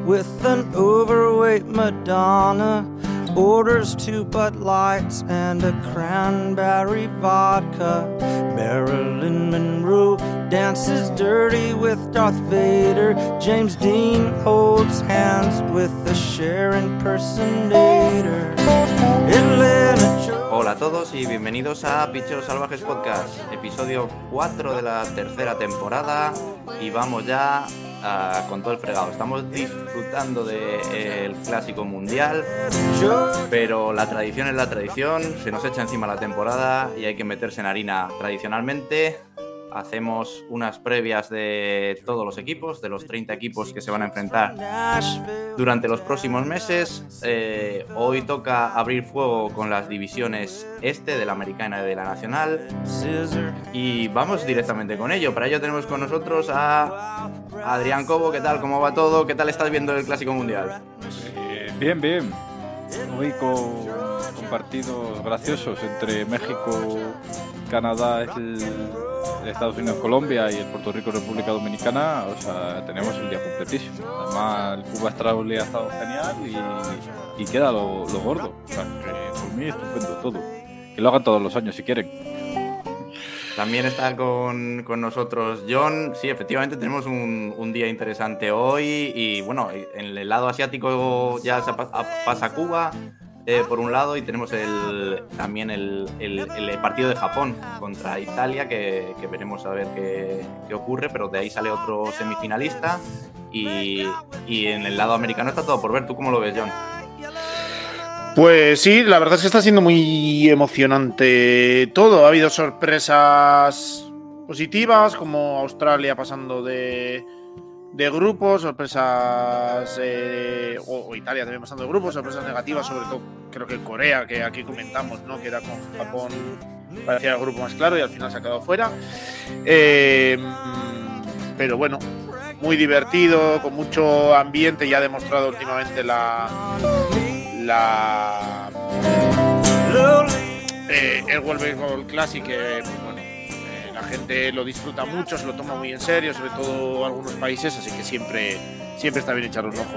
with an overweight Madonna, orders 2 Bud Lights and a cranberry vodka. Marilyn Monroe dances dirty with Darth Vader. James Dean holds hands with the Cher impersonator. Hola a todos y bienvenidos a Picheos Salvajes Podcast, episodio 4 de la tercera temporada, y vamos ya con todo el fregado. Estamos disfrutando del Clásico Mundial, pero la tradición es la tradición, se nos echa encima la temporada y hay que meterse en harina. Tradicionalmente hacemos unas previas de todos los equipos, de los 30 equipos que se van a enfrentar durante los próximos meses. Hoy toca abrir fuego con las divisiones este, de la americana y de la nacional, y vamos directamente con ello. Para ello tenemos con nosotros a Adrián Cobo. ¿Qué tal? ¿Cómo va todo? ¿Qué tal estás viendo el Clásico Mundial? Bien. Hoy con partidos graciosos entre México, Canadá, el Estados Unidos, Colombia y el Puerto Rico, República Dominicana. O sea, tenemos el día completísimo. Además, el Cuba-Australia ha estado genial y queda lo gordo. O sea, que por mí estupendo todo. Que lo hagan todos los años si quieren. También está con nosotros John. Sí, efectivamente tenemos un día interesante hoy, y bueno, en el lado asiático ya pasa Cuba por un lado, y tenemos también el partido de Japón contra Italia, que veremos a ver qué ocurre, pero de ahí sale otro semifinalista, y en el lado americano está todo por ver. ¿Tú cómo lo ves, John? Pues sí, la verdad es que está siendo muy emocionante todo. Ha habido sorpresas positivas, como Australia pasando de grupos, sorpresas, o Italia también pasando de grupos, sorpresas negativas, sobre todo creo que Corea, que aquí comentamos, ¿no? Que era con Japón, parecía el grupo más claro y al final se ha quedado fuera. Pero bueno, muy divertido, con mucho ambiente, ya ha demostrado últimamente el World Baseball Classic, pues bueno, la gente lo disfruta mucho, se lo toma muy en serio, sobre todo algunos países, así que siempre está bien echarle un ojo.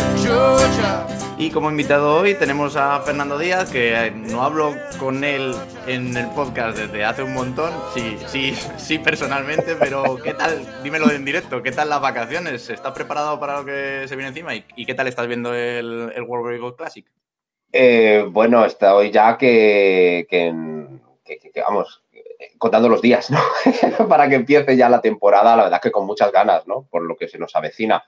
Y como invitado hoy tenemos a Fernando Díaz, que no hablo con él en el podcast desde hace un montón, sí personalmente, pero ¿qué tal? Dímelo en directo, ¿qué tal las vacaciones? ¿Estás preparado para lo que se viene encima? ¿Y qué tal estás viendo el World Baseball Classic? Bueno, está hoy ya que vamos, contando los días, ¿no? Para que empiece ya la temporada, la verdad que con muchas ganas, ¿no? Por lo que se nos avecina.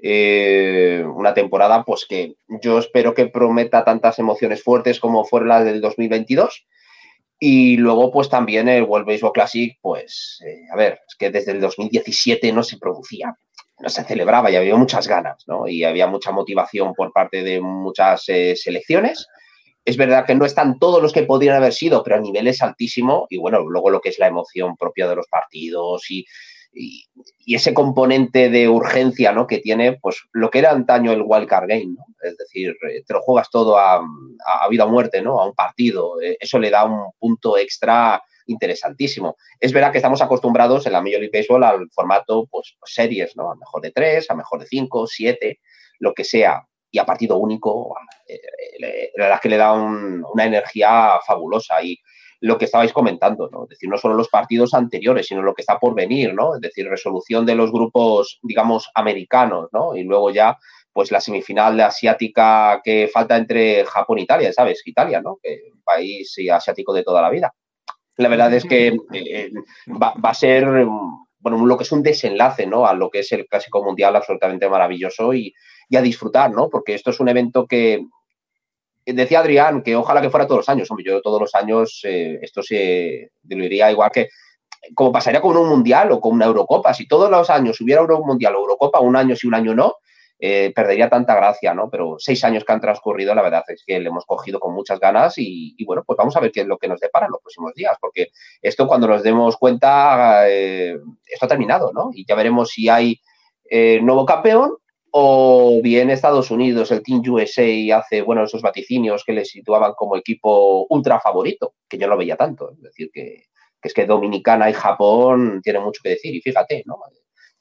Una temporada pues que yo espero que prometa tantas emociones fuertes como fueron las del 2022. Y luego pues también el World Baseball Classic, pues a ver, es que desde el 2017 no se producía, no se celebraba, y había muchas ganas, ¿no? Y había mucha motivación por parte de muchas selecciones. Es verdad que no están todos los que podrían haber sido, pero a nivel es altísimo. Y bueno, luego lo que es la emoción propia de los partidos y ese componente de urgencia, ¿no? Que tiene, pues lo que era antaño el Wild Card Game, ¿no? Es decir, te lo juegas todo a vida o muerte, ¿no? A un partido. Eso le da un punto extra interesantísimo. Es verdad que estamos acostumbrados en la Major League Baseball al formato, pues series, ¿no? A mejor de 3, a mejor de 5, 7, lo que sea, y a partido único, la verdad es que le da una energía fabulosa. Y lo que estabais comentando, ¿no? Es decir, no solo los partidos anteriores, sino lo que está por venir, ¿no? Es decir, resolución de los grupos, digamos, americanos, ¿no? Y luego ya, pues la semifinal asiática que falta entre Japón e Italia, ¿sabes? Italia, ¿no? Que país asiático de toda la vida. La verdad es que va a ser, bueno, lo que es un desenlace, ¿no? A lo que es el Clásico Mundial absolutamente maravilloso, y a disfrutar, ¿no? Porque esto es un evento que, decía Adrián, que ojalá que fuera todos los años. Hombre, yo todos los años esto se diluiría igual que, como pasaría con un mundial o con una Eurocopa. Si todos los años hubiera un mundial o Eurocopa, un año sí, un año no, perdería tanta gracia, ¿no? Pero 6 años que han transcurrido, la verdad es que le hemos cogido con muchas ganas, y bueno, pues vamos a ver qué es lo que nos depara en los próximos días, porque esto, cuando nos demos cuenta, esto ha terminado, ¿no? Y ya veremos si hay nuevo campeón, o bien Estados Unidos, el Team USA, hace, bueno, esos vaticinios que le situaban como equipo ultra favorito, que yo no veía tanto. Es decir, que es que Dominicana y Japón tienen mucho que decir, y fíjate, ¿no?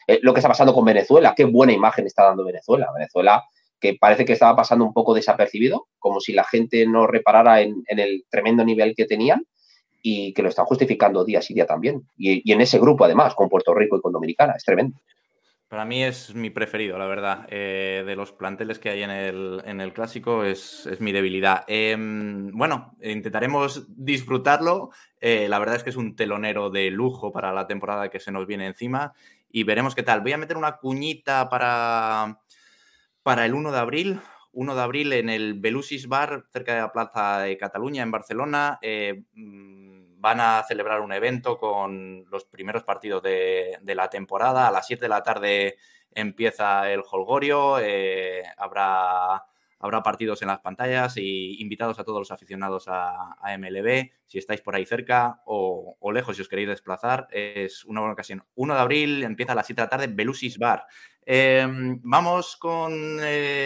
lo que está pasando con Venezuela. Qué buena imagen está dando Venezuela. Venezuela, que parece que estaba pasando un poco desapercibido, como si la gente no reparara en el tremendo nivel que tenían, y que lo están justificando día sí día también. Y en ese grupo, además, con Puerto Rico y con Dominicana. Es tremendo. Para mí es mi preferido, la verdad. De los planteles que hay en el Clásico es mi debilidad. Bueno, intentaremos disfrutarlo. La verdad es que es un telonero de lujo para la temporada que se nos viene encima y veremos qué tal. Voy a meter una cuñita para el 1 de abril. 1 de abril en el Belusis Bar, cerca de la Plaza de Cataluña, en Barcelona. Van a celebrar un evento con los primeros partidos de la temporada. A las 7 de la tarde empieza el jolgorio. Habrá partidos en las pantallas y invitados a todos los aficionados a MLB. Si estáis por ahí cerca o lejos, si os queréis desplazar, es una buena ocasión. 1 de abril empieza a las 7 de la tarde, Belusis Bar. Vamos con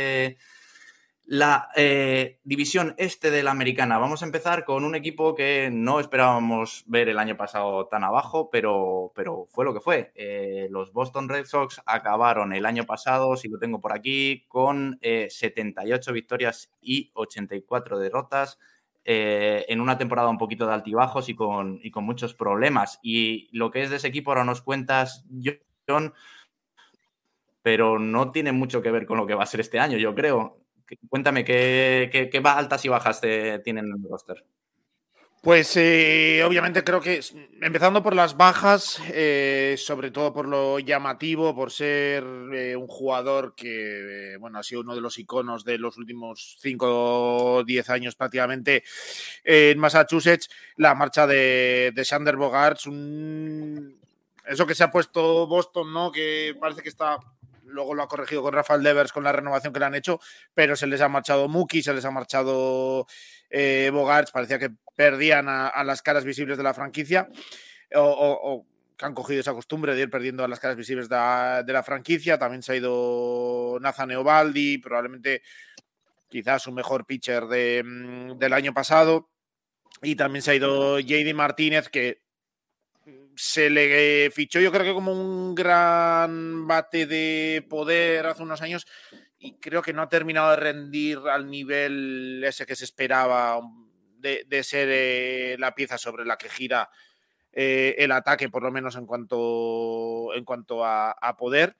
la división este de la americana. Vamos a empezar con un equipo que no esperábamos ver el año pasado tan abajo, pero fue lo que fue. Los Boston Red Sox acabaron el año pasado, si lo tengo por aquí, con 78 victorias y 84 derrotas. En una temporada un poquito de altibajos y con muchos problemas. Y lo que es de ese equipo ahora nos cuentas, John, pero no tiene mucho que ver con lo que va a ser este año, yo creo. Cuéntame, ¿qué altas y bajas tienen en el roster? Pues obviamente creo que, empezando por las bajas, sobre todo por lo llamativo, por ser un jugador que bueno, ha sido uno de los iconos de los últimos 5 o 10 años prácticamente en Massachusetts, la marcha de Xander Bogaerts, eso que se ha puesto Boston, ¿no? Que parece que está... Luego lo ha corregido con Rafael Devers con la renovación que le han hecho, pero se les ha marchado Mookie, se les ha marchado Bogaerts, parecía que perdían a las caras visibles de la franquicia o que han cogido esa costumbre de ir perdiendo a las caras visibles de la franquicia. También se ha ido Nathan Eovaldi, probablemente quizás su mejor pitcher del año pasado, y también se ha ido JD Martínez, que se le fichó yo creo que como un gran bate de poder hace unos años y creo que no ha terminado de rendir al nivel ese que se esperaba de ser la pieza sobre la que gira el ataque, por lo menos en cuanto a poder.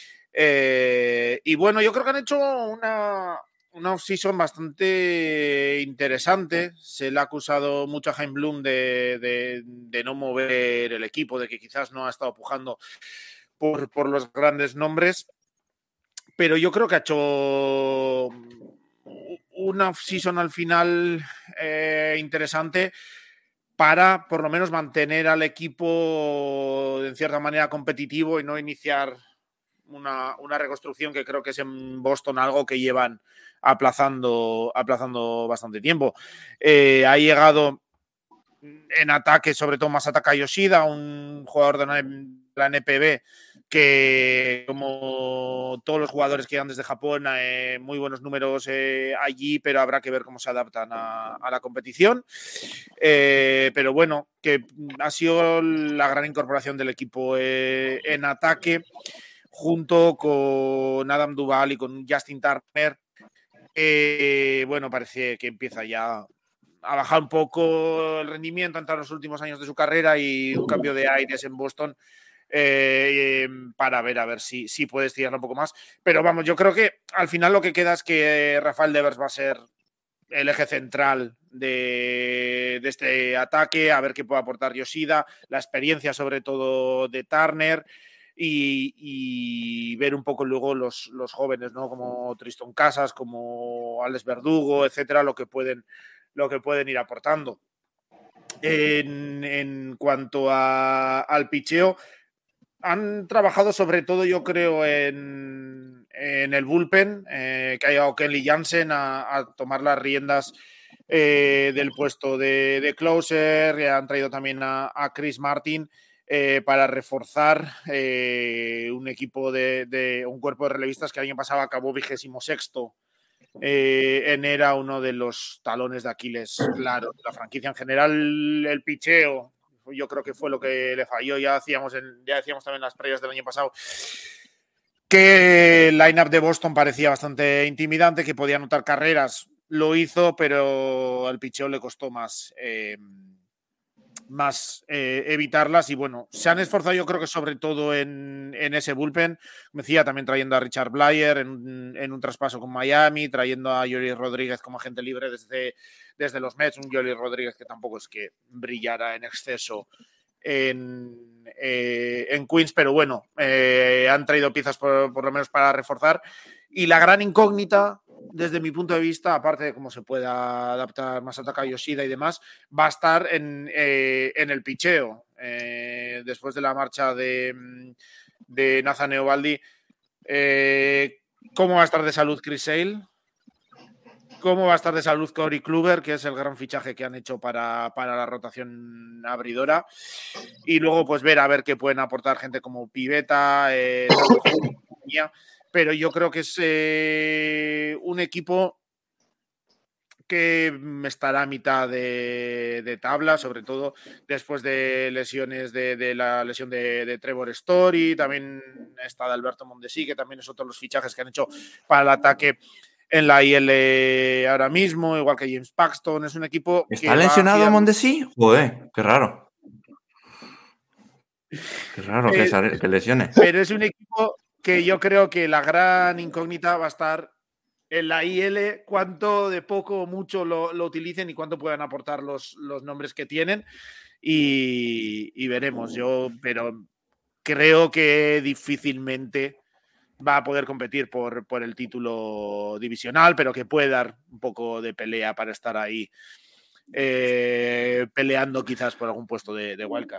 Y bueno, yo creo que han hecho una off-season bastante interesante. Se le ha acusado mucho a Chaim Bloom de no mover el equipo, de que quizás no ha estado pujando por los grandes nombres, pero yo creo que ha hecho una off-season al final interesante para por lo menos mantener al equipo en cierta manera competitivo y no iniciar una reconstrucción que creo que es en Boston algo que llevan aplazando bastante tiempo. Ha llegado en ataque, sobre todo Masataka Yoshida, un jugador de la NPB que, como todos los jugadores que llegan desde Japón, muy buenos números allí, pero habrá que ver cómo se adaptan a la competición. Pero bueno, que ha sido la gran incorporación del equipo en ataque, junto con Adam Duvall y con Justin Turner. Bueno, parece que empieza ya a bajar un poco el rendimiento entre los últimos años de su carrera y un cambio de aires en Boston para ver a ver si puede estirarlo un poco más. Pero vamos, yo creo que al final lo que queda es que Rafael Devers va a ser el eje central de este ataque, a ver qué puede aportar Yoshida, la experiencia sobre todo de Turner y ver un poco luego los jóvenes, ¿no? Como Tristan Casas, como Alex Verdugo, etcétera, lo que pueden ir aportando. En cuanto al picheo, han trabajado sobre todo, yo creo, en el bullpen, que ha llegado Kenley Jansen a tomar las riendas del puesto de closer. Han traído también a Chris Martin para reforzar un equipo de un cuerpo de relevistas que el año pasado acabó 26º. Era uno de los talones de Aquiles, claro, la franquicia en general. El picheo yo creo que fue lo que le falló. Ya decíamos también en las previas del año pasado que el line-up de Boston parecía bastante intimidante, que podía anotar carreras, lo hizo, pero al picheo le costó más evitarlas. Y bueno, se han esforzado, yo creo que sobre todo en ese bullpen. Me decía, también trayendo a Richard Blyer en un traspaso con Miami, trayendo a Yoli Rodríguez como agente libre desde los Mets, un Yoli Rodríguez que tampoco es que brillara en exceso en Queens, pero bueno, han traído piezas por lo menos para reforzar. Y la gran incógnita, desde mi punto de vista, aparte de cómo se pueda adaptar Masataka Yoshida y demás, va a estar en el picheo. Después de la marcha de Nathan Eovaldi, ¿cómo va a estar de salud Chris Sale? ¿Cómo va a estar de salud Corey Kluber, que es el gran fichaje que han hecho para la rotación abridora? Y luego, pues ver qué pueden aportar gente como Pivetta, pero yo creo que es un equipo que estará a mitad de tabla, sobre todo después de lesiones de la lesión de Trevor Story. También está de Alberto Mondesi, que también es otro de los fichajes que han hecho para el ataque en la IL ahora mismo, igual que James Paxton. Es un equipo ¿Está lesionado Mondesi? Joder, qué raro. Qué raro que lesione. Pero es un equipo que yo creo que la gran incógnita va a estar en la IL, cuánto de poco o mucho lo utilicen y cuánto puedan aportar los nombres que tienen. Y veremos. Pero creo que difícilmente va a poder competir por el título divisional, pero que puede dar un poco de pelea para estar ahí peleando quizás por algún puesto de wildcard.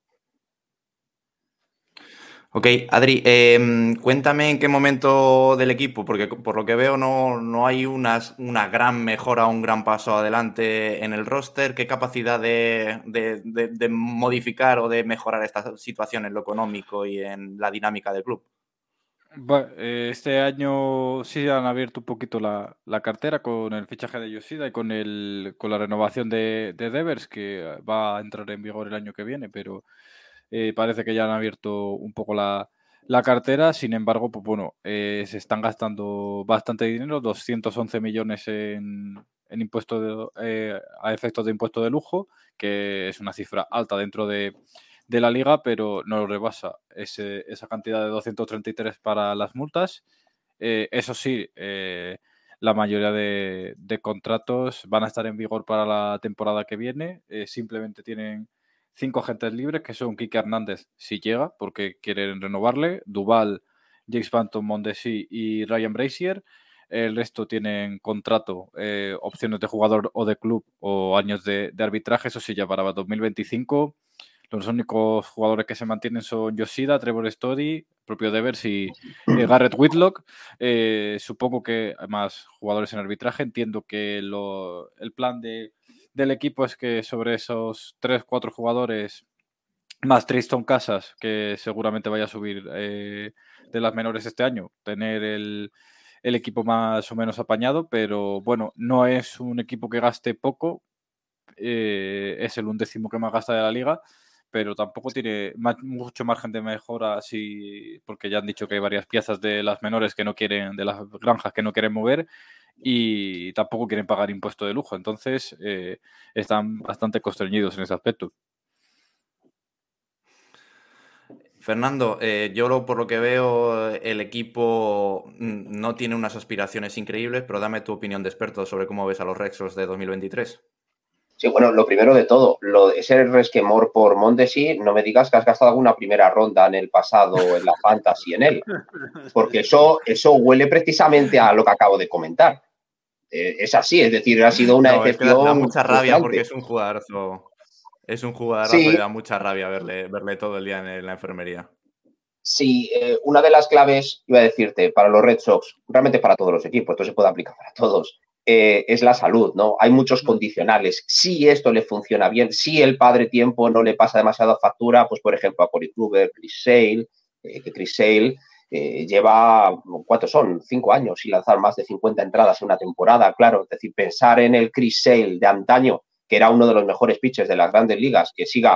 Ok, Adri, cuéntame en qué momento del equipo, porque por lo que veo no hay una gran mejora, un gran paso adelante en el roster. ¿Qué capacidad de modificar o de mejorar esta situación en lo económico y en la dinámica del club? Este año sí han abierto un poquito la cartera con el fichaje de Yoshida y con la renovación de Devers, que va a entrar en vigor el año que viene, pero parece que ya han abierto un poco la cartera. Sin embargo, pues bueno, se están gastando bastante dinero, 211 millones en impuestos a efectos de impuesto de lujo, que es una cifra alta dentro de la liga, pero no lo rebasa esa cantidad de 233 para las multas. Eso sí, la mayoría de contratos van a estar en vigor para la temporada que viene. Simplemente tienen 5 agentes libres, que son Kike Hernández, si llega, porque quieren renovarle, Duvall, James Banton, Mondesi y Ryan Brazier. El resto tienen contrato, opciones de jugador o de club o años de arbitraje. Eso sí, ya para 2025. Los únicos jugadores que se mantienen son Yoshida, Trevor Story, propio Devers y Garrett Whitlock. Supongo que más jugadores en arbitraje. Entiendo que el plan del equipo es que sobre esos 3-4 jugadores, más Tristan Casas, que seguramente vaya a subir de las menores este año, tener el equipo más o menos apañado. Pero bueno, no es un equipo que gaste poco. Es el 11º que más gasta de la liga, pero tampoco tiene mucho margen de mejora, porque ya han dicho que hay varias piezas de las menores que no quieren, de las granjas que no quieren mover, y tampoco quieren pagar impuesto de lujo. Entonces están bastante constreñidos en ese aspecto. Fernando, yo por lo que veo, el equipo no tiene unas aspiraciones increíbles, pero dame tu opinión de experto sobre cómo ves a los Red Sox de 2023. Sí, bueno, lo primero de todo, ese resquemor por Mondesi, no me digas que has gastado alguna primera ronda en el pasado, en la fantasy, en él, porque eso huele precisamente a lo que acabo de comentar. Es así, es decir, ha sido una excepción. Es que da mucha rabia porque es un jugadorazo. Es un jugadorazo, sí. Y da mucha rabia verle todo el día en la enfermería. Sí, una de las claves, iba a decirte, para los Red Sox, realmente para todos los equipos, esto se puede aplicar para todos, es la salud, ¿no? Hay muchos condicionales. Si esto le funciona bien, si el padre tiempo no le pasa demasiada factura, pues por ejemplo a Corey Kluber, Chris Sale, que Chris Sale lleva, ¿cuántos son? 5 años sin lanzar más de 50 entradas en una temporada, claro. Es decir, pensar en el Chris Sale de antaño, que era uno de los mejores pitchers de las grandes ligas, que siga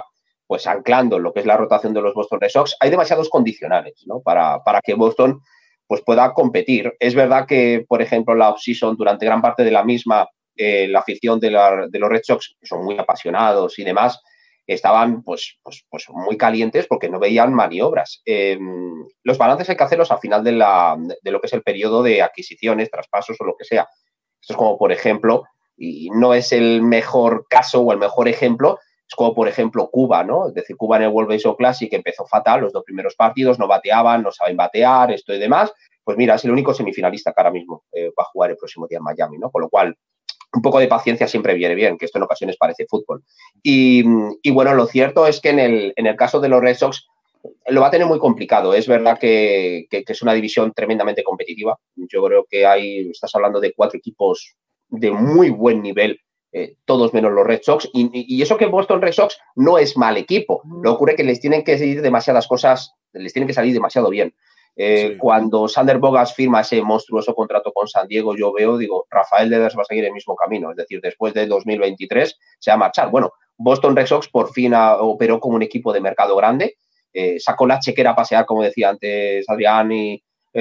pues anclando lo que es la rotación de los Boston Red Sox, hay demasiados condicionales, ¿no? Para que Boston pues pueda competir. Es verdad que, por ejemplo, la off-season, durante gran parte de la misma, la afición de los Red Sox, que son muy apasionados y demás, estaban pues muy calientes porque no veían maniobras. Los balances hay que hacerlos al final de lo que es el periodo de adquisiciones, traspasos o lo que sea. Esto es como, por ejemplo, y no es el mejor caso o el mejor ejemplo, es como, por ejemplo, Cuba, ¿no? Es decir, Cuba en el World Baseball Classic empezó fatal los 2 primeros partidos, no bateaban, no saben batear, esto y demás. Pues mira, es el único semifinalista que ahora mismo va a jugar el próximo día en Miami, ¿no? Con lo cual, un poco de paciencia siempre viene bien, que esto en ocasiones parece fútbol. Y bueno, lo cierto es que en el caso de los Red Sox lo va a tener muy complicado. Es verdad que es una división tremendamente competitiva. Yo creo que estás hablando de 4 equipos de muy buen nivel, todos menos los Red Sox, y eso que Boston Red Sox no es mal equipo. Lo que ocurre es que les tienen que salir demasiadas cosas, les tienen que salir demasiado bien. Sí. Cuando Sander Bogas firma ese monstruoso contrato con San Diego, yo digo, Rafael Devers va a seguir el mismo camino, es decir, después de 2023 se va a marchar. Bueno, Boston Red Sox por fin operó como un equipo de mercado grande, sacó la chequera a pasear, como decía antes Adrián, y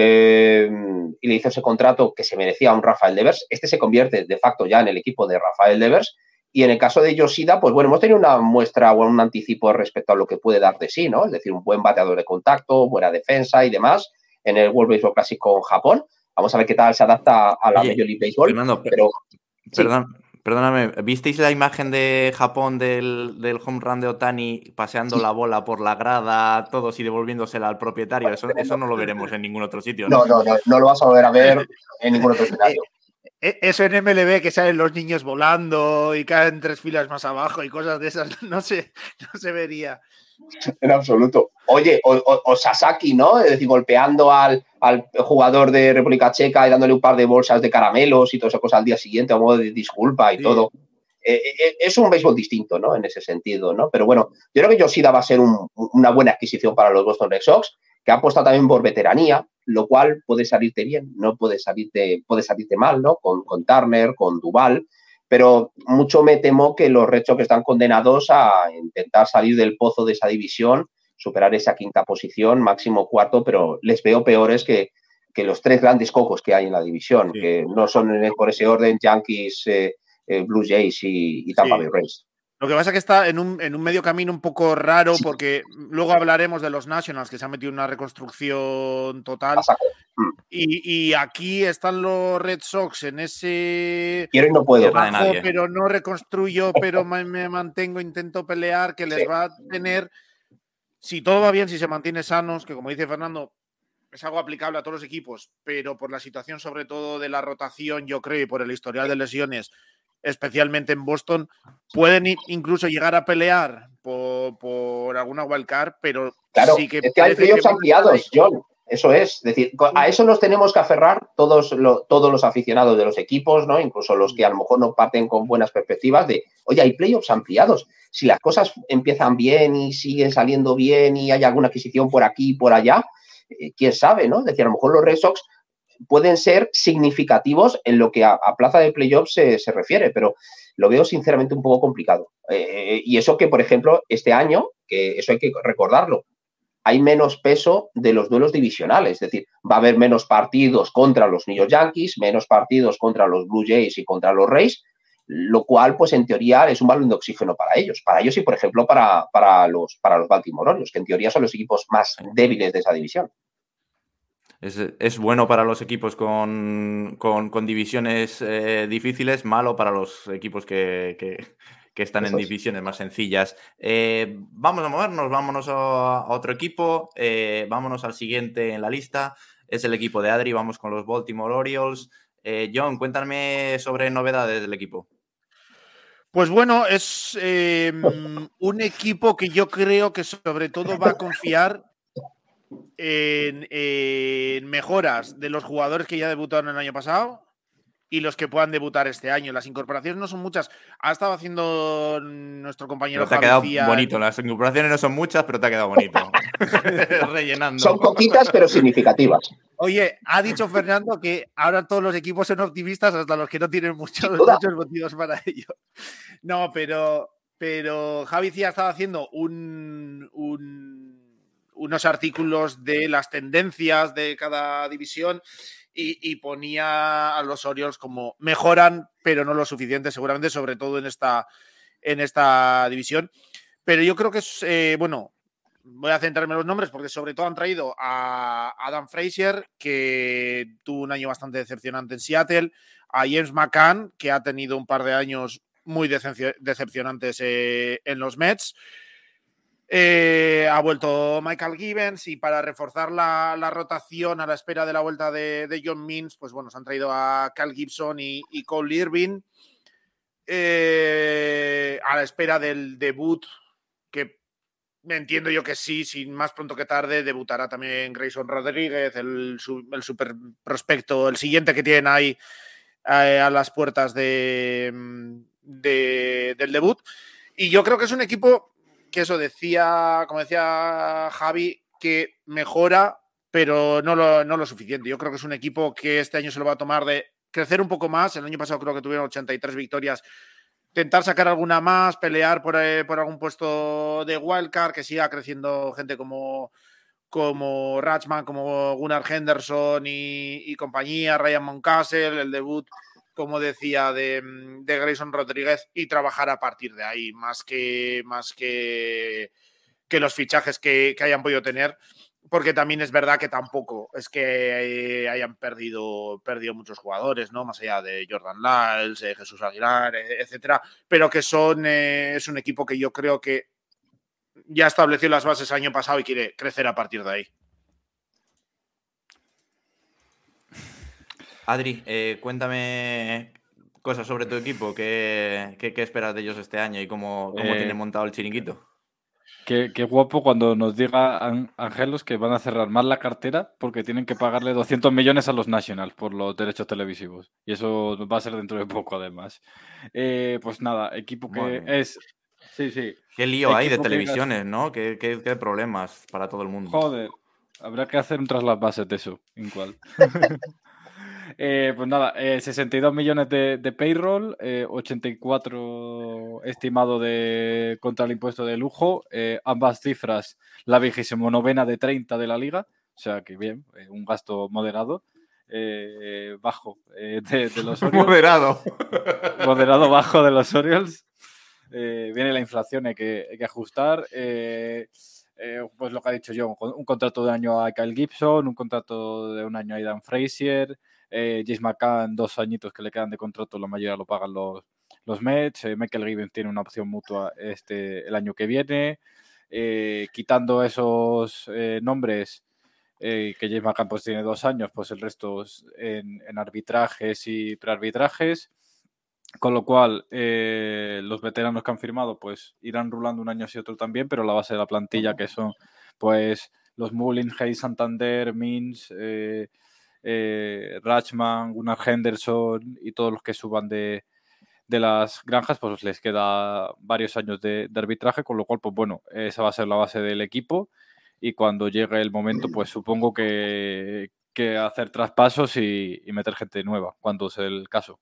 le hizo ese contrato que se merecía a un Rafael Devers. Este se convierte de facto ya en el equipo de Rafael Devers. Y en el caso de Yoshida, pues bueno, hemos tenido una muestra o un anticipo respecto a lo que puede dar de sí, ¿no? Es decir, un buen bateador de contacto, buena defensa y demás en el World Baseball Classic con Japón. Vamos a ver qué tal se adapta a la Major League Baseball. Fernando, pero perdóname, ¿visteis la imagen de Japón del home run de Ohtani paseando la bola por la grada, todos y devolviéndosela al propietario? Eso no lo veremos en ningún otro sitio, ¿no? No lo vas a volver a ver en ningún otro escenario. Eso en MLB, que salen los niños volando y caen 3 filas más abajo y cosas de esas, no se vería. En absoluto. Oye, o Sasaki, ¿no? Es decir, golpeando al jugador de República Checa y dándole un par de bolsas de caramelos y toda esa cosa al día siguiente a modo de disculpa y todo. Es un béisbol distinto, ¿no? En ese sentido, ¿no? Pero bueno, yo creo que Yoshida va a ser una buena adquisición para los Boston Red Sox, que ha apostado también por veteranía, lo cual puede salirte bien, no puede salirte mal, ¿no? Con Turner, con Duvall, pero mucho me temo que los Red Sox están condenados a intentar salir del pozo de esa división, superar esa 5ª posición, máximo 4º, pero les veo peores que los 3 grandes cocos que hay en la división, sí, que no son por ese orden Yankees, Blue Jays y Tampa Bay Rays. Lo que pasa es que está en un medio camino un poco raro, porque luego hablaremos de los Nationals, que se han metido en una reconstrucción total. Y aquí están los Red Sox en ese... Quiero y no puedo. Bajo, pero no reconstruyo, pero me mantengo, intento pelear, que les va a tener... Si todo va bien, si se mantiene sanos, que como dice Fernando, es algo aplicable a todos los equipos, pero por la situación sobre todo de la rotación, yo creo, y por el historial de lesiones, especialmente en Boston, pueden incluso llegar a pelear por alguna wildcard, pero claro, sí que... Es que hay playoffs ampliados, John. Eso es decir, a eso nos tenemos que aferrar todos los aficionados de los equipos, ¿no? Incluso los que a lo mejor no parten con buenas perspectivas de, oye, hay playoffs ampliados. Si las cosas empiezan bien y siguen saliendo bien y hay alguna adquisición por aquí y por allá, quién sabe, ¿no? Es decir, a lo mejor los Red Sox pueden ser significativos en lo que a plaza de playoffs se refiere, pero lo veo sinceramente un poco complicado. Y eso que, por ejemplo, este año, que eso hay que recordarlo, hay menos peso de los duelos divisionales, es decir, va a haber menos partidos contra los New York Yankees, menos partidos contra los Blue Jays y contra los Rays, lo cual, pues en teoría, es un balón de oxígeno para ellos y, por ejemplo, para los Baltimore Orioles, que en teoría son los equipos más débiles de esa división. Es bueno para los equipos con divisiones difíciles, malo para los equipos que están en divisiones más sencillas. Vamos a movernos, vámonos a otro equipo, vámonos al siguiente en la lista, es el equipo de Adri, vamos con los Baltimore Orioles. John, cuéntame sobre novedades del equipo. Pues bueno, es un equipo que yo creo que sobre todo va a confiar en mejoras de los jugadores que ya debutaron el año pasado y los que puedan debutar este año. Las incorporaciones no son muchas. Ha estado haciendo nuestro compañero Javi. Te ha quedado bonito. Las incorporaciones no son muchas, pero te ha quedado bonito. Rellenando. Son poquitas, pero significativas. Oye, ha dicho Fernando que ahora todos los equipos son optimistas, hasta los que no tienen muchos motivos para ello. No, pero pero Javi Cía estaba haciendo unos artículos de las tendencias de cada división y ponía a los Orioles como mejoran, pero no lo suficiente, seguramente, sobre todo en esta división. Pero yo creo que es, bueno, voy a centrarme en los nombres porque sobre todo han traído a Adam Frazier, que tuvo un año bastante decepcionante en Seattle, a James McCann, que ha tenido un par de años muy decepcionantes en los Mets. Ha vuelto Michael Gibbons y para reforzar la rotación a la espera de la vuelta de John Means, pues bueno, se han traído a Cal Gibson y Cole Irvin a la espera del debut, que entiendo yo que sí, sin más pronto que tarde, debutará también Grayson Rodríguez, el super prospecto, el siguiente que tienen ahí a las puertas del debut. Y yo creo que es un equipo que eso como decía Javi, que mejora, pero no lo suficiente. Yo creo que es un equipo que este año se lo va a tomar de crecer un poco más. El año pasado creo que tuvieron 83 victorias. Intentar sacar alguna más, pelear por algún puesto de wildcard, que siga creciendo gente como Rutschman, como Gunnar Henderson y compañía, Ryan Mountcastle, el debut, como decía, de Grayson Rodríguez, y trabajar a partir de ahí, más que los fichajes que hayan podido tener, porque también es verdad que tampoco es que hayan perdido muchos jugadores, ¿no? Más allá de Jordan Lyles, Jesús Aguilar, etcétera, pero que es un equipo que yo creo que ya estableció las bases el año pasado y quiere crecer a partir de ahí. Adri, cuéntame cosas sobre tu equipo. ¿Qué esperas de ellos este año y cómo tienen montado el chiringuito? Qué guapo cuando nos diga Angelos que van a cerrar más la cartera porque tienen que pagarle 200 millones a los Nationals por los derechos televisivos. Y eso va a ser dentro de poco, además. Pues nada, equipo que bueno. Es... Sí. Qué lío hay de televisiones, ¿no? Qué problemas para todo el mundo. Joder, habrá que hacer un tras las bases de eso, igual. Pues nada, 62 millones de payroll, 84 estimado contra el impuesto de lujo, ambas cifras la 29ª de 30 de la liga, o sea que bien, un gasto moderado, bajo de los Orioles. Moderado bajo de los Orioles. Viene la inflación, hay que ajustar. Pues lo que ha dicho John, un contrato de un año a Kyle Gibson, un contrato de un año a Adam Frazier, James McCann, 2 añitos que le quedan de contrato, la mayoría lo pagan los Mets. Michael Gibbons tiene una opción mutua el año que viene. Quitando esos nombres, que James McCann pues tiene 2 años, pues el resto en arbitrajes y prearbitrajes. Con lo cual, los veteranos que han firmado pues irán rulando un año y otro también, pero la base de la plantilla, que son pues los Mullin, Hayes, Santander, Means, Rutschman, Gunnar Henderson y todos los que suban de las granjas, pues les queda varios años de arbitraje, con lo cual, pues bueno, esa va a ser la base del equipo y cuando llegue el momento, pues supongo que hacer traspasos y meter gente nueva, cuando es el caso.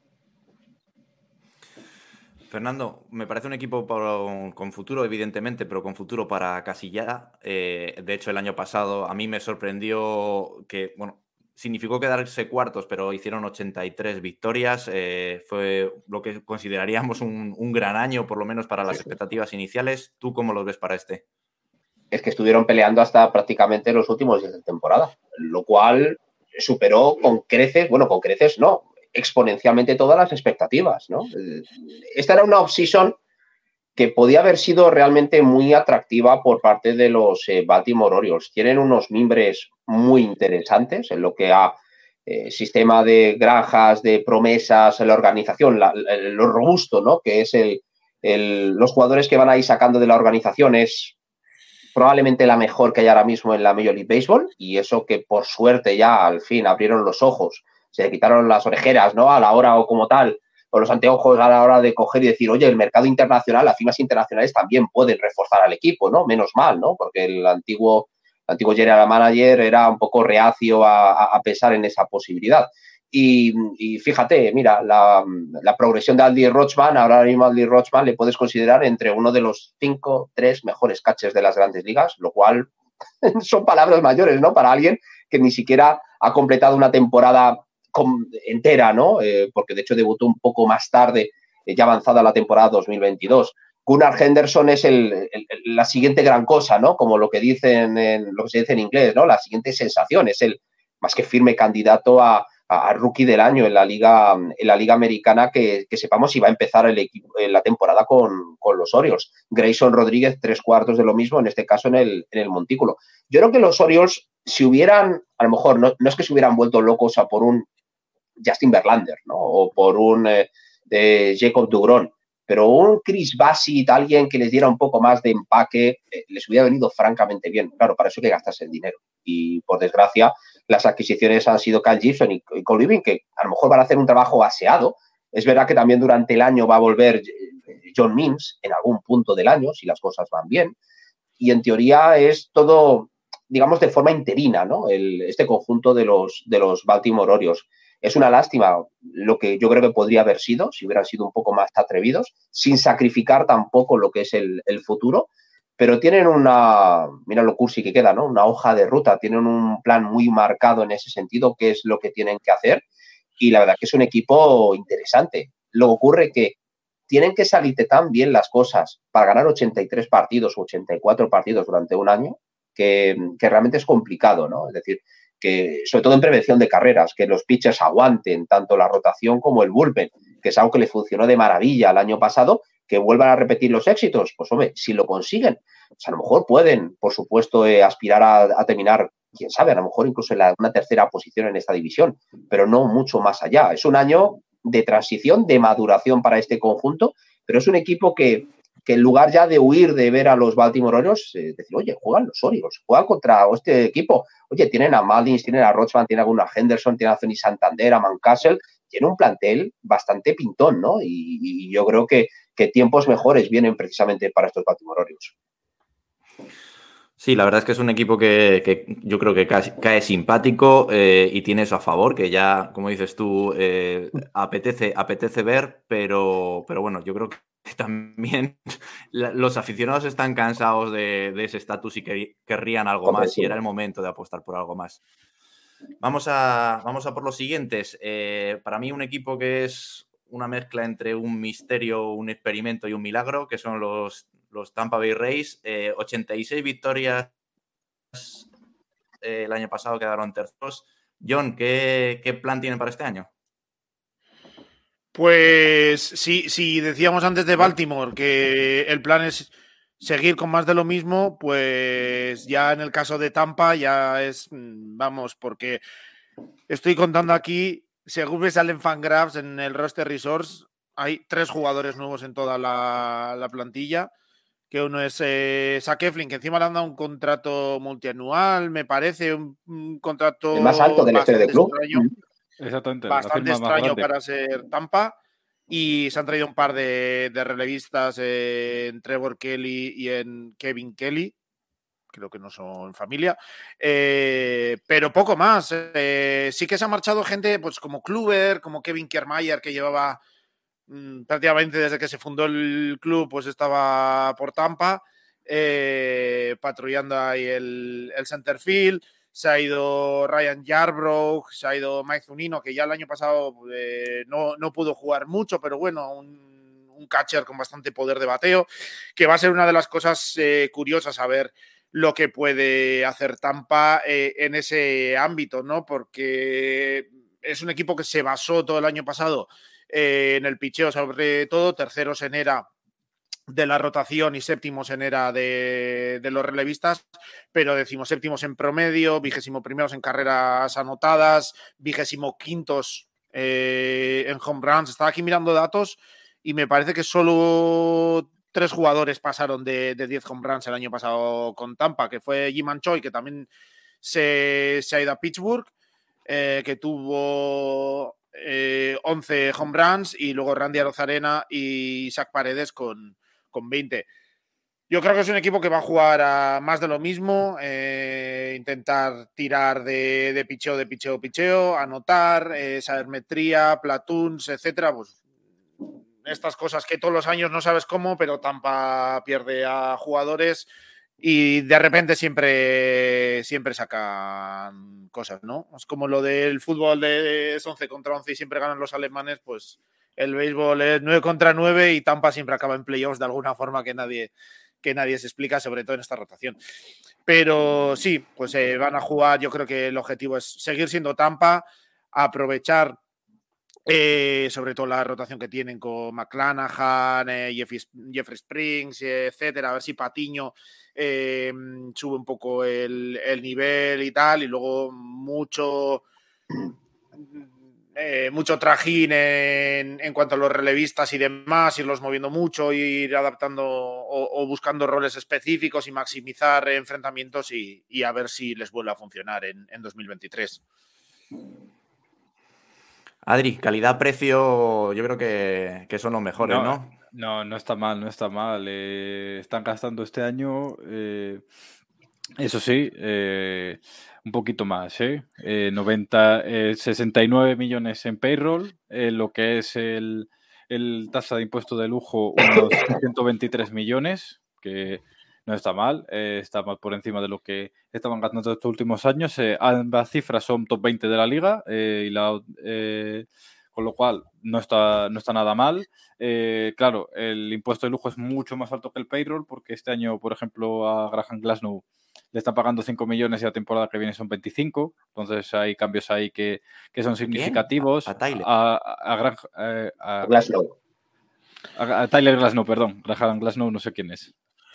Fernando, me parece un equipo con futuro, evidentemente, pero con futuro para casillada. De hecho, el año pasado a mí me sorprendió que, bueno, significó quedarse cuartos, pero hicieron 83 victorias. Fue lo que consideraríamos un gran año, por lo menos para las expectativas iniciales. ¿Tú cómo los ves para este? Es que estuvieron peleando hasta prácticamente los últimos días de temporada, lo cual superó con creces no, exponencialmente todas las expectativas, ¿no? Esta era una off-season que podía haber sido realmente muy atractiva por parte de los Baltimore Orioles. Tienen unos mimbres muy interesantes en lo que a sistema de granjas, de promesas, en la organización, lo robusto, ¿no? Que es los jugadores que van a ir sacando de la organización es probablemente la mejor que hay ahora mismo en la Major League Baseball, y eso que por suerte ya al fin abrieron los ojos, se quitaron las orejeras, ¿no? A la hora o como tal, o los anteojos a la hora de coger y decir, oye, el mercado internacional, las firmas internacionales también pueden reforzar al equipo, ¿no? Menos mal, ¿no? Porque el antiguo general manager era un poco reacio a pensar en esa posibilidad. Y fíjate, mira, la progresión de Adley Rutschman, ahora mismo Adley Rutschman le puedes considerar entre uno de los 3 mejores catchers de las grandes ligas, lo cual son palabras mayores, ¿no? Para alguien que ni siquiera ha completado una temporada entera, ¿no? Porque de hecho debutó un poco más tarde, ya avanzada la temporada 2022. Gunnar Henderson es la siguiente gran cosa, ¿no? Como lo que se dice en inglés, ¿no? La siguiente sensación, es el más que firme candidato a rookie del año en la liga americana que sepamos si va a empezar la temporada con los Orioles. Grayson Rodríguez, 3/4 de lo mismo, en este caso en el montículo. Yo creo que los Orioles, si hubieran, a lo mejor, no es que se hubieran vuelto locos a por un Justin Verlander, ¿no? O por un Jacob deGrom, pero un Chris Bassitt, alguien que les diera un poco más de empaque, les hubiera venido francamente bien. Claro, para eso hay que gastarse el dinero. Y, por desgracia, las adquisiciones han sido Kyle Gibson y Cole Irvin, que a lo mejor van a hacer un trabajo aseado. Es verdad que también durante el año va a volver John Means en algún punto del año, si las cosas van bien. Y, en teoría, es todo, digamos, de forma interina, ¿no? Este conjunto de los Baltimore Orioles. Es una lástima lo que yo creo que podría haber sido, si hubieran sido un poco más atrevidos, sin sacrificar tampoco lo que es el futuro, pero tienen mira lo cursi que queda, ¿no? Una hoja de ruta, tienen un plan muy marcado en ese sentido, qué es lo que tienen que hacer, y la verdad que es un equipo interesante. Lo ocurre que tienen que salirte tan bien las cosas para ganar 83 partidos o 84 partidos durante un año, que realmente es complicado, ¿no? Es decir, que sobre todo en prevención de carreras, que los pitchers aguanten tanto la rotación como el bullpen, que es algo que le funcionó de maravilla el año pasado, que vuelvan a repetir los éxitos. Pues hombre, si lo consiguen, pues a lo mejor pueden, por supuesto, aspirar a terminar, quién sabe, a lo mejor incluso en una tercera posición en esta división, pero no mucho más allá. Es un año de transición, de maduración para este conjunto, pero es un equipo que en lugar ya de huir de ver a los Baltimore Orioles, decir, oye, juegan los Orioles, juegan contra este equipo. Oye, tienen a Mullins, tienen a Rutschman, tienen a Gunnar Henderson, tienen a Tony Santander, a Mountcastle, tienen un plantel bastante pintón, ¿no? Y yo creo que tiempos mejores vienen precisamente para estos Baltimore Orioles. Sí, la verdad es que es un equipo que yo creo que cae simpático y tiene eso a favor, que ya, como dices tú, apetece ver, pero bueno, yo creo que también los aficionados están cansados de ese estatus y que querrían algo más, y era el momento de apostar por algo más. Vamos a por los siguientes. Para mí un equipo que es una mezcla entre un misterio, un experimento y un milagro, que son los Tampa Bay Rays. 86 victorias el año pasado, quedaron terceros. John, ¿qué plan tienen para este año? Pues si decíamos antes de Baltimore que el plan es seguir con más de lo mismo, pues ya en el caso de Tampa ya es, vamos, porque estoy contando aquí, según me salen Fangraphs en el roster resource, hay 3 jugadores nuevos en toda la plantilla, que uno es Zach Eflin, que encima le han dado un contrato multianual, me parece, un contrato el más alto del este del club. Extraño. Exactamente, Bastante extraño para ser Tampa. Y se han traído un par de relevistas en Trevor Kelly y en Kevin Kelly. Creo que no son familia. Pero poco más. Sí que se ha marchado gente pues como Kluber, como Kevin Kiermaier, que llevaba prácticamente desde que se fundó el club, pues estaba por Tampa, patrullando ahí el centerfield. Se ha ido Ryan Yarbrough, se ha ido Mike Zunino, que ya el año pasado no pudo jugar mucho, pero bueno, un catcher con bastante poder de bateo, que va a ser una de las cosas curiosas a ver lo que puede hacer Tampa en ese ámbito, ¿no? Porque es un equipo que se basó todo el año pasado en el picheo, sobre todo, terceros en era de la rotación y séptimos en era de los relevistas, pero 17º en promedio, 21º en carreras anotadas, 25º en home runs. Estaba aquí mirando datos y me parece que solo 3 jugadores pasaron de 10 home runs el año pasado con Tampa, que fue Ji-Man Choi, que también se ha ido a Pittsburgh, que tuvo 11 home runs, y luego Randy Arozarena y Isaac Paredes con 20. Yo creo que es un equipo que va a jugar a más de lo mismo, intentar tirar de picheo, anotar, sabermetría, platoons, etcétera. Pues estas cosas que todos los años no sabes cómo, pero Tampa pierde a jugadores y de repente siempre sacan cosas, ¿no? Es como lo del fútbol de 11 contra 11 y siempre ganan los alemanes, pues el béisbol es 9 contra 9 y Tampa siempre acaba en playoffs de alguna forma que nadie se explica, sobre todo en esta rotación. Pero sí, pues van a jugar, yo creo que el objetivo es seguir siendo Tampa, aprovechar sobre todo la rotación que tienen con McClanahan, Jeffrey Springs, etcétera, a ver si Patiño sube un poco el nivel y tal, y luego mucho trajín en cuanto a los relevistas y demás, irlos moviendo mucho, ir adaptando o buscando roles específicos y maximizar enfrentamientos y a ver si les vuelve a funcionar en 2023. Adri, calidad-precio, yo creo que son los mejores, ¿no? No está mal, no está mal. Están gastando este año, eso sí, un poquito más, 69 millones en payroll, lo que es el tasa de impuesto de lujo, unos 123 millones, que no está mal, está más por encima de lo que estaban gastando estos últimos años. Ambas cifras son top 20 de la liga, con lo cual no está nada mal. Claro, el impuesto de lujo es mucho más alto que el payroll, porque este año, por ejemplo, a Graham Glasnow le están pagando 5 millones y la temporada que viene son 25. Entonces hay cambios ahí que son significativos. ¿A Tyler? A Glasnow. A Tyler Glasnow, perdón. Graham Glasnow no sé quién es.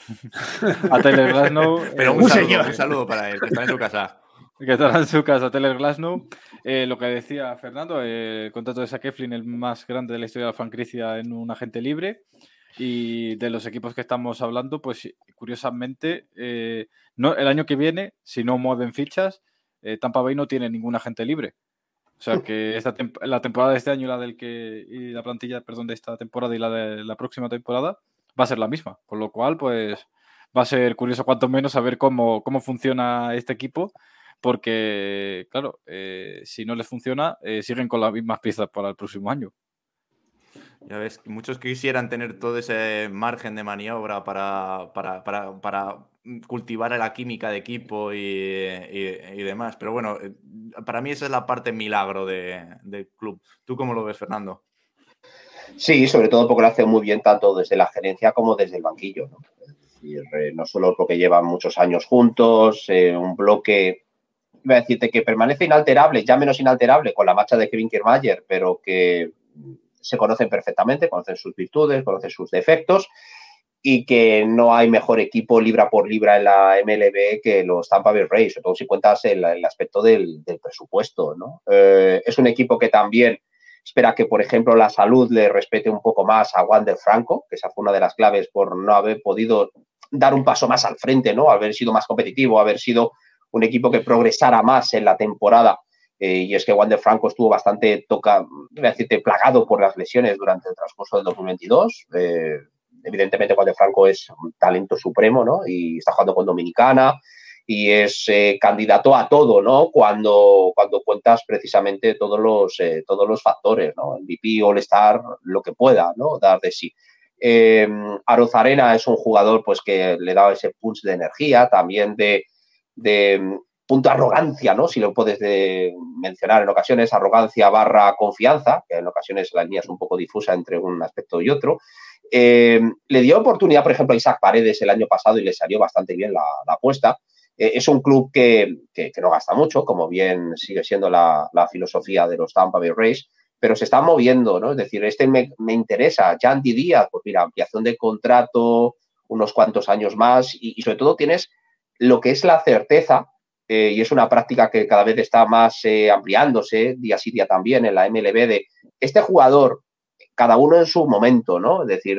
A Tyler Glasnow. Pero un saludo para él, que está en su casa. Que estará en su casa, Tyler Glasnow. Lo que decía Fernando, el contrato de Zach Eflin, el más grande de la historia de la franquicia en un agente libre. Y de los equipos que estamos hablando, pues curiosamente, no, el año que viene, si no mueven fichas, Tampa Bay no tiene ningún agente libre. O sea que la temporada de este año y la plantilla, perdón, de esta temporada y la de la próxima temporada va a ser la misma. Con lo cual, pues va a ser curioso cuanto menos saber cómo funciona este equipo. Porque, claro, si no les funciona, siguen con las mismas piezas para el próximo año. Ya ves, muchos quisieran tener todo ese margen de maniobra para cultivar la química de equipo y demás. Pero bueno, para mí esa es la parte milagro del club. ¿Tú cómo lo ves, Fernando? Sí, sobre todo porque lo hace muy bien tanto desde la gerencia como desde el banquillo, ¿no? Es decir, no solo porque llevan muchos años juntos, un bloque, iba a decirte que permanece inalterable, ya menos inalterable con la marcha de Kevin Kiermaier, pero que se conocen perfectamente, conocen sus virtudes, conocen sus defectos y que no hay mejor equipo libra por libra en la MLB que los Tampa Bay Rays, sobre todo si cuentas el aspecto del presupuesto, ¿no? Es un equipo que también espera que, por ejemplo, la salud le respete un poco más a Wander Franco, que esa fue una de las claves por no haber podido dar un paso más al frente, ¿no? Haber sido más competitivo, haber sido un equipo que progresara más en la temporada. Y es que Wander Franco estuvo bastante plagado por las lesiones durante el transcurso del 2022. Evidentemente, Wander Franco es un talento supremo, ¿no? Y está jugando con Dominicana y es candidato a todo, ¿no? Cuando cuentas precisamente todos los factores, ¿no? MVP, All-Star, lo que pueda, ¿no? Dar de sí. Arozarena es un jugador pues que le da ese punch de energía, también de punto arrogancia, ¿no? Si lo puedes mencionar en ocasiones, arrogancia / confianza, que en ocasiones la línea es un poco difusa entre un aspecto y otro. Le dio oportunidad, por ejemplo, a Isaac Paredes el año pasado y le salió bastante bien la apuesta. Es un club que no gasta mucho, como bien sigue siendo la filosofía de los Tampa Bay Rays, pero se están moviendo, ¿no? Es decir, me interesa. Yandy Díaz, pues mira, ampliación de contrato, unos cuantos años más y sobre todo tienes lo que es la certeza, y es una práctica que cada vez está más ampliándose, día sí día también en la MLB, de este jugador, cada uno en su momento, ¿no? Es decir,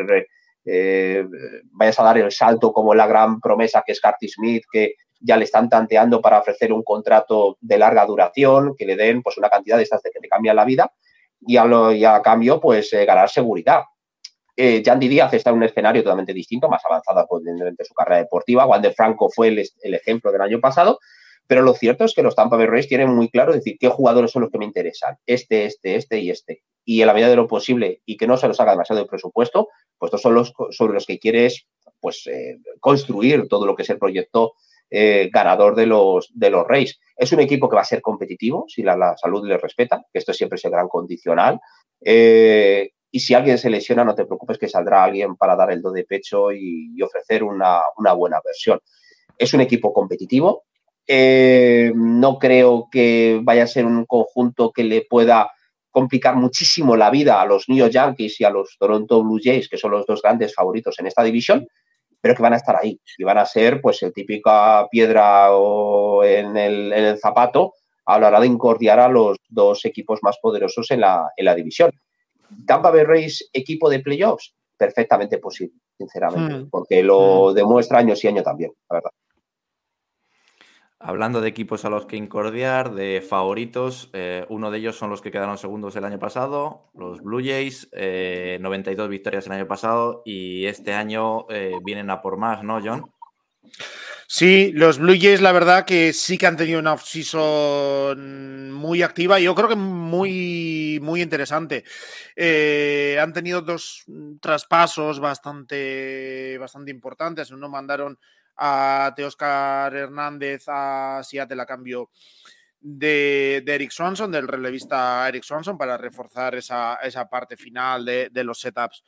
vayas a dar el salto como la gran promesa que es Curtis Smith, que ya le están tanteando para ofrecer un contrato de larga duración, que le den pues una cantidad de estas de que te cambian la vida y a cambio pues ganar seguridad. Yandy Díaz está en un escenario totalmente distinto, más avanzado de su carrera deportiva. Wander Franco fue el ejemplo del año pasado, pero lo cierto es que los Tampa Bay Rays tienen muy claro decir qué jugadores son los que me interesan, este y este. Y en la medida de lo posible, y que no se los haga demasiado de presupuesto, pues estos son los sobre los que quieres pues, construir todo lo que es el proyecto ganador de los Rays. Es un equipo que va a ser competitivo, si la salud le respeta, que esto siempre es el gran condicional. Y si alguien se lesiona, no te preocupes que saldrá alguien para dar el do de pecho y ofrecer una buena versión. Es un equipo competitivo. No creo que vaya a ser un conjunto que le pueda complicar muchísimo la vida a los New York Yankees y a los Toronto Blue Jays, que son los dos grandes favoritos en esta división, pero que van a estar ahí y van a ser pues el típica piedra en el zapato a la hora de incordiar a los dos equipos más poderosos en la división. Tampa Bay Rays, equipo de playoffs, perfectamente posible, sinceramente, porque lo demuestra año sí año también, la verdad. Hablando de equipos a los que incordiar, de favoritos, uno de ellos son los que quedaron segundos el año pasado, los Blue Jays, 92 victorias el año pasado y este año vienen a por más, ¿no, John? Sí, los Blue Jays la verdad que sí que han tenido una off-season muy activa y yo creo que muy, muy interesante. Han tenido dos traspasos bastante importantes. Uno mandaron a Teóscar Hernández a Seattle a cambio de Eric Swanson, del relevista Eric Swanson, para reforzar esa parte final de los setups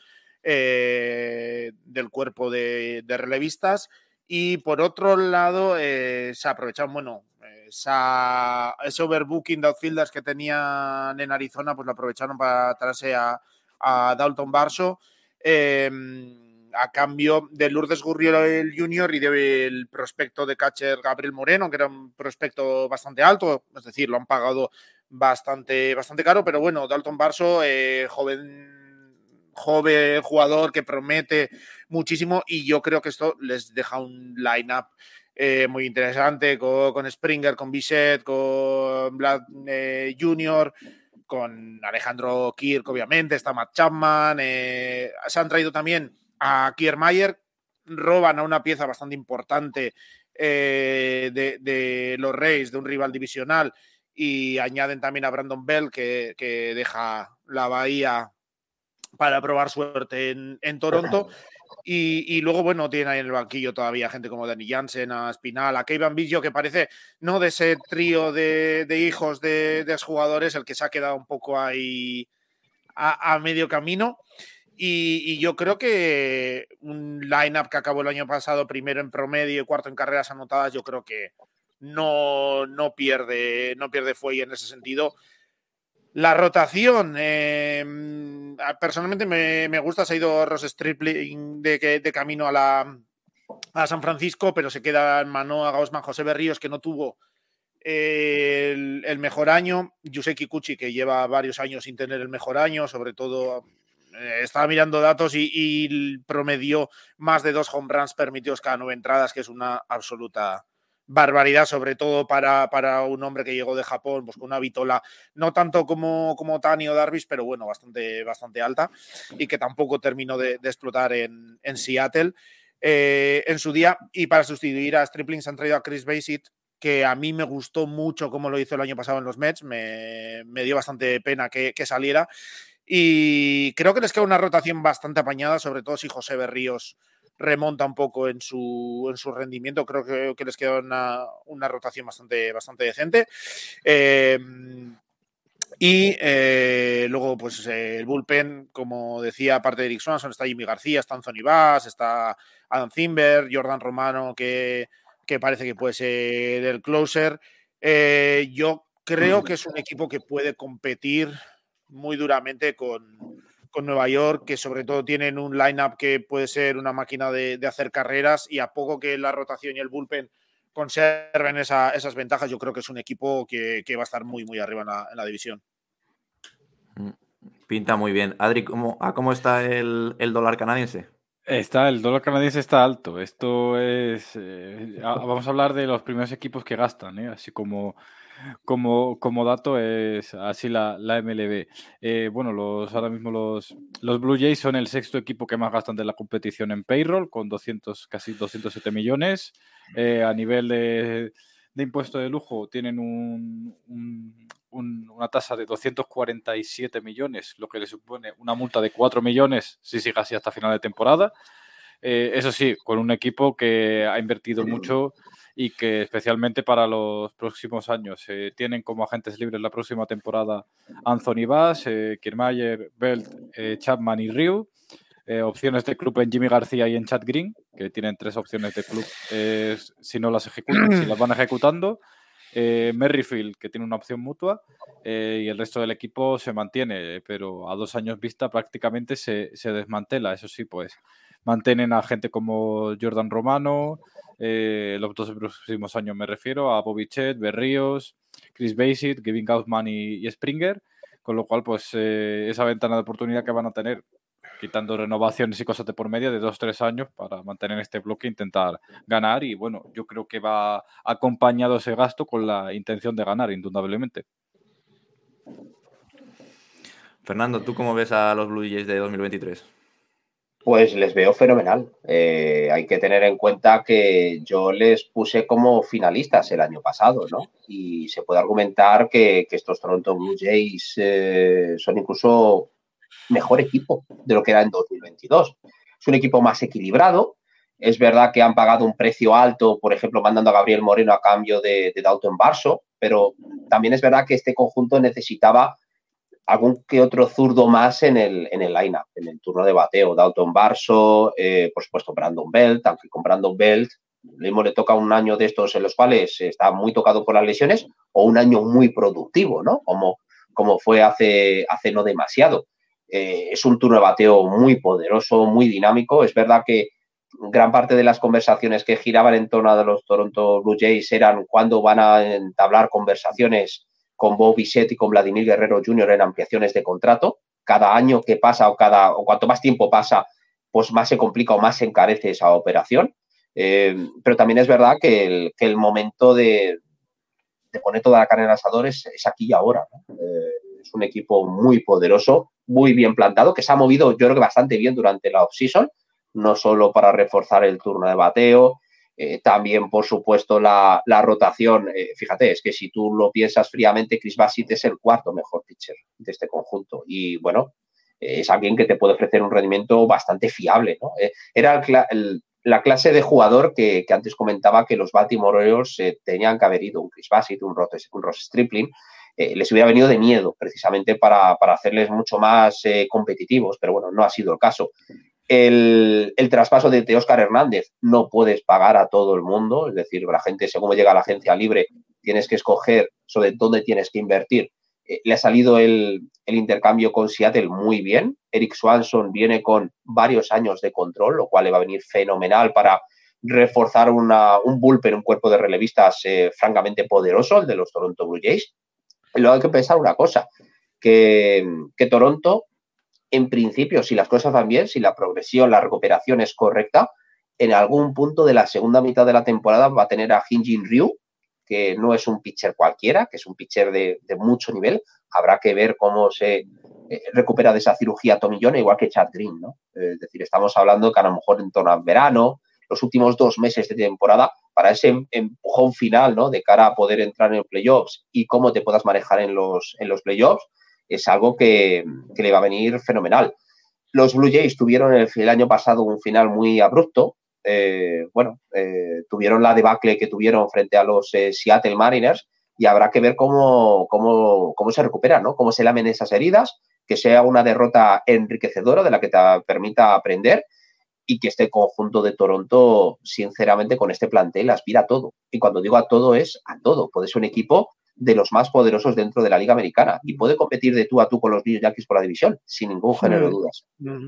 del cuerpo de relevistas. Y por otro lado, se aprovecharon, ese overbooking de outfielders que tenían en Arizona, pues lo aprovecharon para traerse a Dalton Varsho a cambio de Lourdes Gurriel Jr. y del prospecto de catcher Gabriel Moreno, que era un prospecto bastante alto, es decir, lo han pagado bastante caro, pero bueno, Dalton Varsho, joven jugador que promete muchísimo y yo creo que esto les deja un line-up muy interesante con Springer, con Bichette, con Vlad Jr., con Alejandro Kirk, obviamente, está Matt Chapman, se han traído también a Kiermaier, roban a una pieza bastante importante de los Rays, de un rival divisional, y añaden también a Brandon Bell, que deja la Bahía para probar suerte en Toronto. Y luego, bueno, tienen ahí en el banquillo todavía gente como Danny Jansen, a Espinal, a Keivan Biggio, que parece, no de ese trío de hijos de exjugadores, el que se ha quedado un poco ahí a medio camino. Y yo creo que un line-up que acabó el año pasado primero en promedio y cuarto en carreras anotadas, yo creo que no pierde fuelle en ese sentido. La rotación, personalmente me gusta, se ha ido Ross Stripling de camino a San Francisco, pero se queda en Manoah Gausman, José Berríos, que no tuvo el mejor año, Yusei Kikuchi, que lleva varios años sin tener el mejor año, sobre todo estaba mirando datos y promedió más de 2 home runs permitidos cada 9 entradas, que es una absoluta barbaridad, sobre todo para un hombre que llegó de Japón, pues con una vitola no tanto como Tani o Darvish, pero bueno, bastante alta, y que tampoco terminó de explotar en Seattle en su día. Y para sustituir a Stripling se han traído a Chris Bassett, que a mí me gustó mucho como lo hizo el año pasado en los Mets, me dio bastante pena que saliera, y creo que les queda una rotación bastante apañada, sobre todo si José Berríos remonta un poco en su rendimiento. Creo que les queda una rotación bastante decente. Luego, pues el bullpen, como decía, aparte de Eric Swanson, está Jimmy García, está Anthony Bass, está Adam Zimber, Jordan Romano, que parece que puede ser el closer. Yo creo que es un equipo que puede competir muy duramente con Nueva York, que sobre todo tienen un line-up que puede ser una máquina de hacer carreras, y a poco que la rotación y el bullpen conserven esas ventajas, yo creo que es un equipo que va a estar muy, muy arriba en la división. Pinta muy bien. Adri, ¿cómo está el dólar canadiense? El dólar canadiense está alto. Esto es... vamos a hablar de los primeros equipos que gastan, así como como dato es así la MLB. Bueno, ahora mismo los Blue Jays son el sexto equipo que más gastan de la competición en payroll, con casi 207 millones. A nivel de impuesto de lujo tienen una tasa de 247 millones, lo que le supone una multa de 4 millones si sigue así hasta final de temporada. Eso sí, con un equipo que ha invertido mucho y que especialmente para los próximos años tienen como agentes libres la próxima temporada Anthony Bass, Kiermaier, Belt, Chapman y Ryu. Opciones de club en Jimmy García y en Chad Green, que tienen 3 opciones de club si no las ejecutan, si las van ejecutando. Merrifield, que tiene una opción mutua, y el resto del equipo se mantiene, pero a 2 años vista prácticamente se desmantela. Eso sí, pues mantienen a gente como Jordan Romano, los 2 próximos años me refiero a Bobby Chet, Berríos, Chris Bassett, Gavin Gausman y Springer, con lo cual pues esa ventana de oportunidad que van a tener, quitando renovaciones y cosas de por medio de 2-3 años para mantener este bloque e intentar ganar. Y bueno, yo creo que va acompañado ese gasto con la intención de ganar, indudablemente. Fernando, ¿tú cómo ves a los Blue Jays de 2023? Pues les veo fenomenal. Hay que tener en cuenta que yo les puse como finalistas el año pasado, ¿no? Y se puede argumentar que estos Toronto Blue Jays son incluso mejor equipo de lo que era en 2022. Es un equipo más equilibrado. Es verdad que han pagado un precio alto, por ejemplo, mandando a Gabriel Moreno a cambio de Dalton Varsho, pero también es verdad que este conjunto necesitaba algún que otro zurdo más en el line-up, en el turno de bateo. Dalton Varsho, por supuesto Brandon Belt, aunque con Brandon Belt mismo le toca un año de estos en los cuales está muy tocado por las lesiones, o un año muy productivo, ¿no? Como fue hace no demasiado. Es un turno de bateo muy poderoso, muy dinámico. Es verdad que gran parte de las conversaciones que giraban en torno a los Toronto Blue Jays eran cuándo van a entablar conversaciones con Bobby Chet y con Vladimir Guerrero Jr. en ampliaciones de contrato. Cada año que pasa o cuanto más tiempo pasa, pues más se complica o más se encarece esa operación. Pero también es verdad que el momento de poner toda la carne en el asador es aquí y ahora, ¿no? Es un equipo muy poderoso, muy bien plantado, que se ha movido yo creo que bastante bien durante la off-season, no solo para reforzar el turno de bateo, también, por supuesto, la rotación. Fíjate, es que si tú lo piensas fríamente, Chris Bassett es el cuarto mejor pitcher de este conjunto. Y bueno, es alguien que te puede ofrecer un rendimiento bastante fiable, ¿no? Era la clase de jugador que antes comentaba que los Baltimore Orioles tenían que haber ido, un Chris Bassett, un Ross Stripling. Les hubiera venido de miedo, precisamente para hacerles mucho más competitivos, pero bueno, no ha sido el caso. El traspaso de Oscar Hernández, no puedes pagar a todo el mundo, es decir, la gente, según llega a la agencia libre, tienes que escoger sobre dónde tienes que invertir. Le ha salido el intercambio con Seattle muy bien. Eric Swanson viene con varios años de control, lo cual le va a venir fenomenal para reforzar un bullpen, un cuerpo de relevistas francamente poderoso, el de los Toronto Blue Jays. Y luego hay que pensar una cosa, que Toronto, en principio, si las cosas van bien, si la progresión, la recuperación es correcta, en algún punto de la segunda mitad de la temporada va a tener a Hyun-Jin Ryu, que no es un pitcher cualquiera, que es un pitcher de mucho nivel. Habrá que ver cómo se recupera de esa cirugía Tommy John, igual que Chad Green, ¿no? Es decir, estamos hablando que a lo mejor en torno al verano, los últimos 2 meses de temporada, para ese empujón final, ¿no? De cara a poder entrar en playoffs y cómo te puedas manejar en los playoffs, es algo que le va a venir fenomenal. Los Blue Jays tuvieron el año pasado un final muy abrupto. Tuvieron la debacle que tuvieron frente a los Seattle Mariners y habrá que ver cómo se recuperan, ¿no? Cómo se lamen esas heridas, que sea una derrota enriquecedora de la que te permita aprender y que este conjunto de Toronto, sinceramente, con este plantel aspira a todo. Y cuando digo a todo, es a todo. Puede ser un equipo de los más poderosos dentro de la Liga Americana y puede competir de tú a tú con los New York Yankees por la división, sin ningún género de dudas.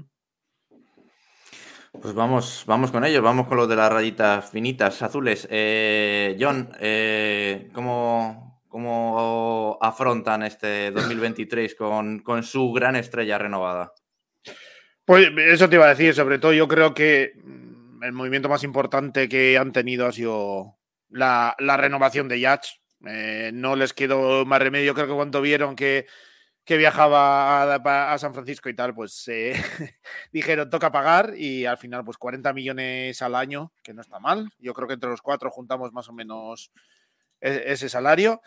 Pues vamos con ellos, vamos con los de las rayitas finitas azules. John, ¿cómo afrontan este 2023 con su gran estrella renovada? Pues eso te iba a decir, sobre todo yo creo que el movimiento más importante que han tenido ha sido la renovación de Judge. No les quedó más remedio. Creo que cuando vieron que viajaba a San Francisco y tal, pues dijeron toca pagar, y al final pues 40 millones al año, que no está mal. Yo creo que entre los 4 juntamos más o menos ese salario.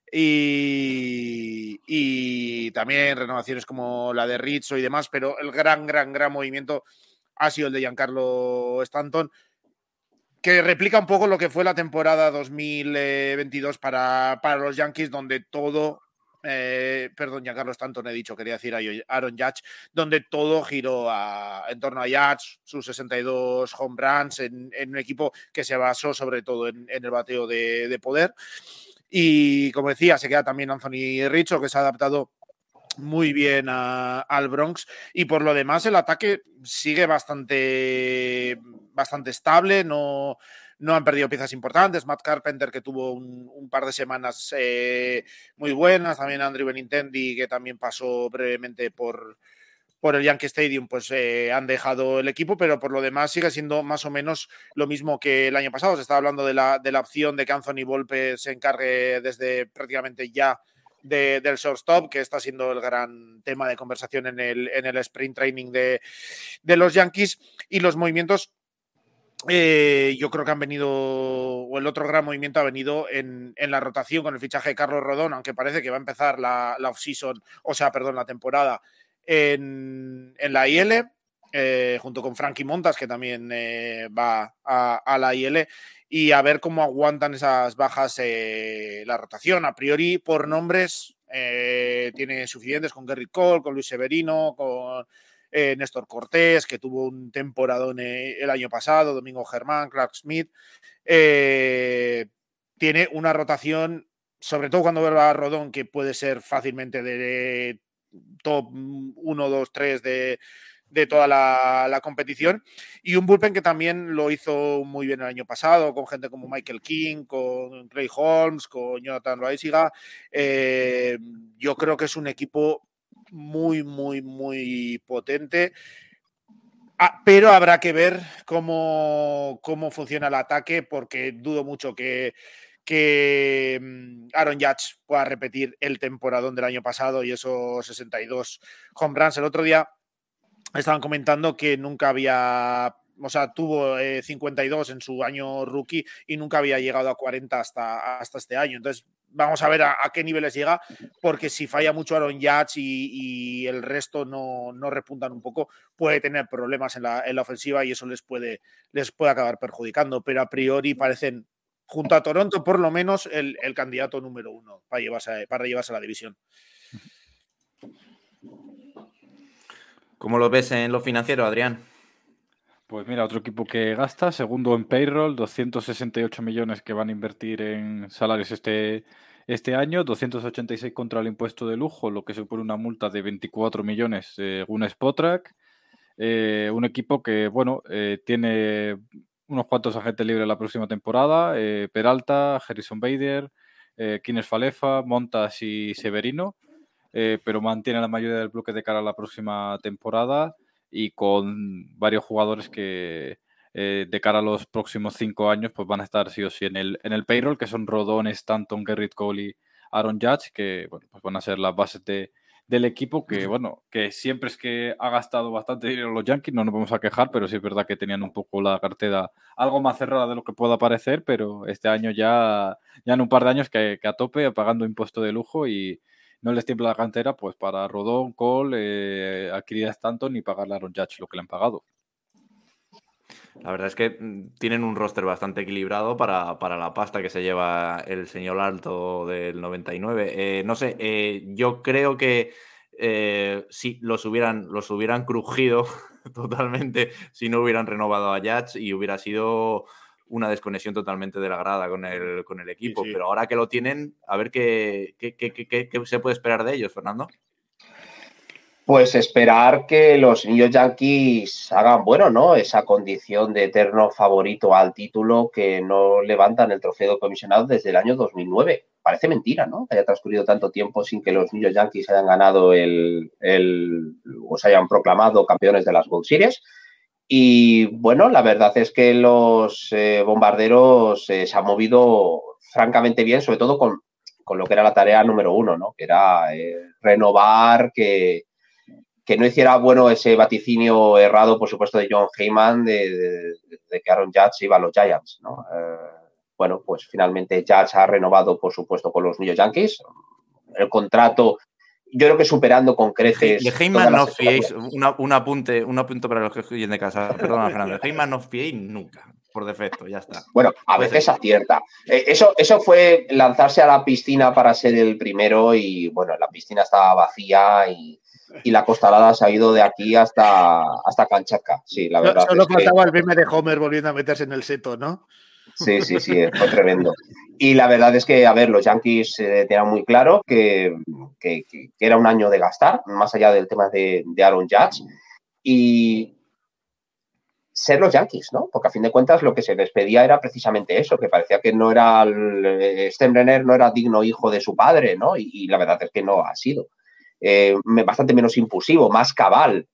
Y también renovaciones como la de Rizzo y demás, pero el gran movimiento ha sido el de Giancarlo Stanton, que replica un poco lo que fue la temporada 2022 para los Yankees, donde todo, Giancarlo Stanton he dicho, quería decir Aaron Judge, donde todo giró en torno a Judge, sus 62 home runs, en un equipo que se basó sobre todo en el bateo de poder. Y como decía, se queda también Anthony Rizzo, que se ha adaptado muy bien al Bronx, y por lo demás el ataque sigue bastante estable, no han perdido piezas importantes. Matt Carpenter, que tuvo un par de semanas muy buenas, también Andrew Benintendi, que también pasó brevemente por el Yankee Stadium, pues han dejado el equipo, pero por lo demás sigue siendo más o menos lo mismo que el año pasado. Se estaba hablando de la opción de que Anthony Volpe se encargue desde prácticamente ya del shortstop, que está siendo el gran tema de conversación en el sprint training de los Yankees. Y los movimientos, yo creo que han venido, o el otro gran movimiento ha venido en la rotación con el fichaje de Carlos Rodón, aunque parece que va a empezar la off-season, la temporada en la IL, junto con Frankie Montas, que también va a la IL, y a ver cómo aguantan esas bajas la rotación. A priori, por nombres, tiene suficientes con Gerrit Cole, con Luis Severino, con Néstor Cortés, que tuvo un temporadón el año pasado, Domingo Germán, Clark Smith. Tiene una rotación, sobre todo cuando vuelva a Rodón, que puede ser fácilmente de top 1, 2, 3 de toda la competición, y un bullpen que también lo hizo muy bien el año pasado, con gente como Michael King, con Clay Holmes, con Jonathan Loaiziga. Yo creo que es un equipo muy potente, pero habrá que ver cómo funciona el ataque, porque dudo mucho que Aaron Judge pueda repetir el temporadón del año pasado y esos 62 home runs. El otro día estaban comentando que nunca había, tuvo 52 en su año rookie y nunca había llegado a 40 hasta este año. Entonces vamos a ver a qué niveles llega, porque si falla mucho Aaron Judge y el resto no repuntan un poco, puede tener problemas en la ofensiva, y eso les puede acabar perjudicando. Pero a priori parecen, junto a Toronto, por lo menos el candidato número 1 para llevarse a la división. ¿Cómo lo ves en lo financiero, Adrián? Pues mira, otro equipo que gasta, segundo en payroll, 268 millones que van a invertir en salarios este año, 286 contra el impuesto de lujo, lo que supone una multa de 24 millones según Spotrac. Un equipo que, tiene unos cuantos agentes libres la próxima temporada, Peralta, Harrison Bader, Kines Falefa, Montas y Severino, pero mantiene la mayoría del bloque de cara a la próxima temporada, y con varios jugadores que de cara a los próximos 5 años pues van a estar sí o sí en el payroll, que son Rodón, Stanton, Gerrit Cole y Aaron Judge, que pues van a ser las bases del equipo, que siempre es que ha gastado bastante dinero los Yankees, no nos vamos a quejar, pero sí es verdad que tenían un poco la cartera algo más cerrada de lo que pueda parecer, pero este año ya en un par de años que a tope, pagando impuesto de lujo, y no les tiembla la cantera pues para Rodón, Cole, adquirir a Stanton y pagarle a Aaron Judge lo que le han pagado. La verdad es que tienen un roster bastante equilibrado para la pasta que se lleva el señor Alto del 99. No sé, yo creo que sí, los hubieran crujido totalmente si no hubieran renovado a Judge, y hubiera sido una desconexión totalmente de la grada con el equipo. Sí. Pero ahora que lo tienen, a ver qué se puede esperar de ellos, Fernando. Pues esperar que los New York Yankees hagan, esa condición de eterno favorito al título, que no levantan el trofeo de comisionado desde el año 2009. Parece mentira, ¿no?, que haya transcurrido tanto tiempo sin que los New York Yankees hayan ganado o se hayan proclamado campeones de las World Series. Y la verdad es que los bombarderos se han movido francamente bien, sobre todo con lo que era la tarea número 1, ¿no? Que era renovar, que no hiciera bueno ese vaticinio errado, por supuesto, de John Heyman de que Aaron Judge iba a los Giants, ¿no? Bueno, pues finalmente Judge ha renovado, por supuesto, con los New York Yankees. El contrato, yo creo que superando con creces. De Heyman no os fiéis, un apunte para los que oyen de casa, perdona, Fernando, de Heyman no os fiéis nunca, por defecto, ya está. Bueno, a veces acierta. Eso fue lanzarse a la piscina para ser el primero y, bueno, la piscina estaba vacía y la costalada se ha ido de aquí hasta Kamchatka. Sí, la verdad. Solo faltaba el meme de Homer volviendo a meterse en el seto, ¿no? Sí, fue tremendo. Y la verdad es que, a ver, los Yankees tenían muy claro que era un año de gastar, más allá del tema de Aaron Judge, y ser los Yankees, ¿no? Porque a fin de cuentas lo que se les pedía era precisamente eso, que parecía que no era Steinbrenner no era digno hijo de su padre, ¿no? Y la verdad es que no ha sido. Bastante menos impulsivo, más cabal.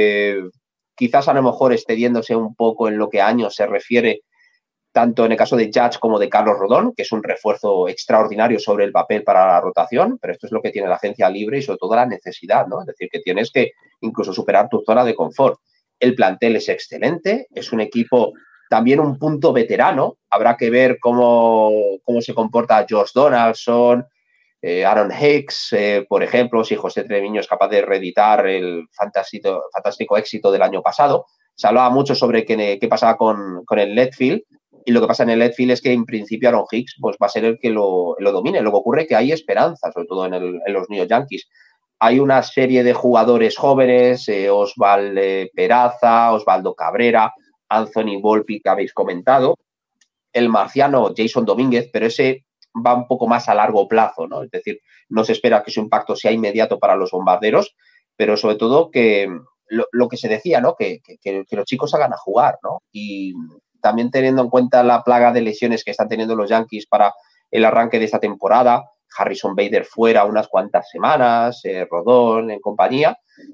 Quizás a lo mejor excediéndose un poco en lo que a años se refiere, tanto en el caso de Judge como de Carlos Rodón, que es un refuerzo extraordinario sobre el papel para la rotación, pero esto es lo que tiene la agencia libre y sobre todo la necesidad, ¿no? Es decir, que tienes que incluso superar tu zona de confort. El plantel es excelente, es un equipo también un punto veterano, habrá que ver cómo se comporta Josh Donaldson, Aaron Hicks, por ejemplo, si José Treviño es capaz de reeditar el fantástico éxito del año pasado. Se hablaba mucho sobre qué pasaba con el Letfield, y lo que pasa en el Letfield es que en principio Aaron Hicks pues, va a ser el que lo domine. Lo que ocurre es que hay esperanza, sobre todo en los New York Yankees. Hay una serie de jugadores jóvenes, Osvaldo Peraza, Osvaldo Cabrera, Anthony Volpi, que habéis comentado, el marciano Jason Domínguez, pero ese va un poco más a largo plazo, ¿no? Es decir, no se espera que su impacto sea inmediato para los bombarderos, pero sobre todo que lo que se decía, ¿no? Que los chicos hagan a jugar, ¿no? Y también teniendo en cuenta la plaga de lesiones que están teniendo los Yankees para el arranque de esta temporada, Harrison Bader fuera unas cuantas semanas, Rodón en compañía,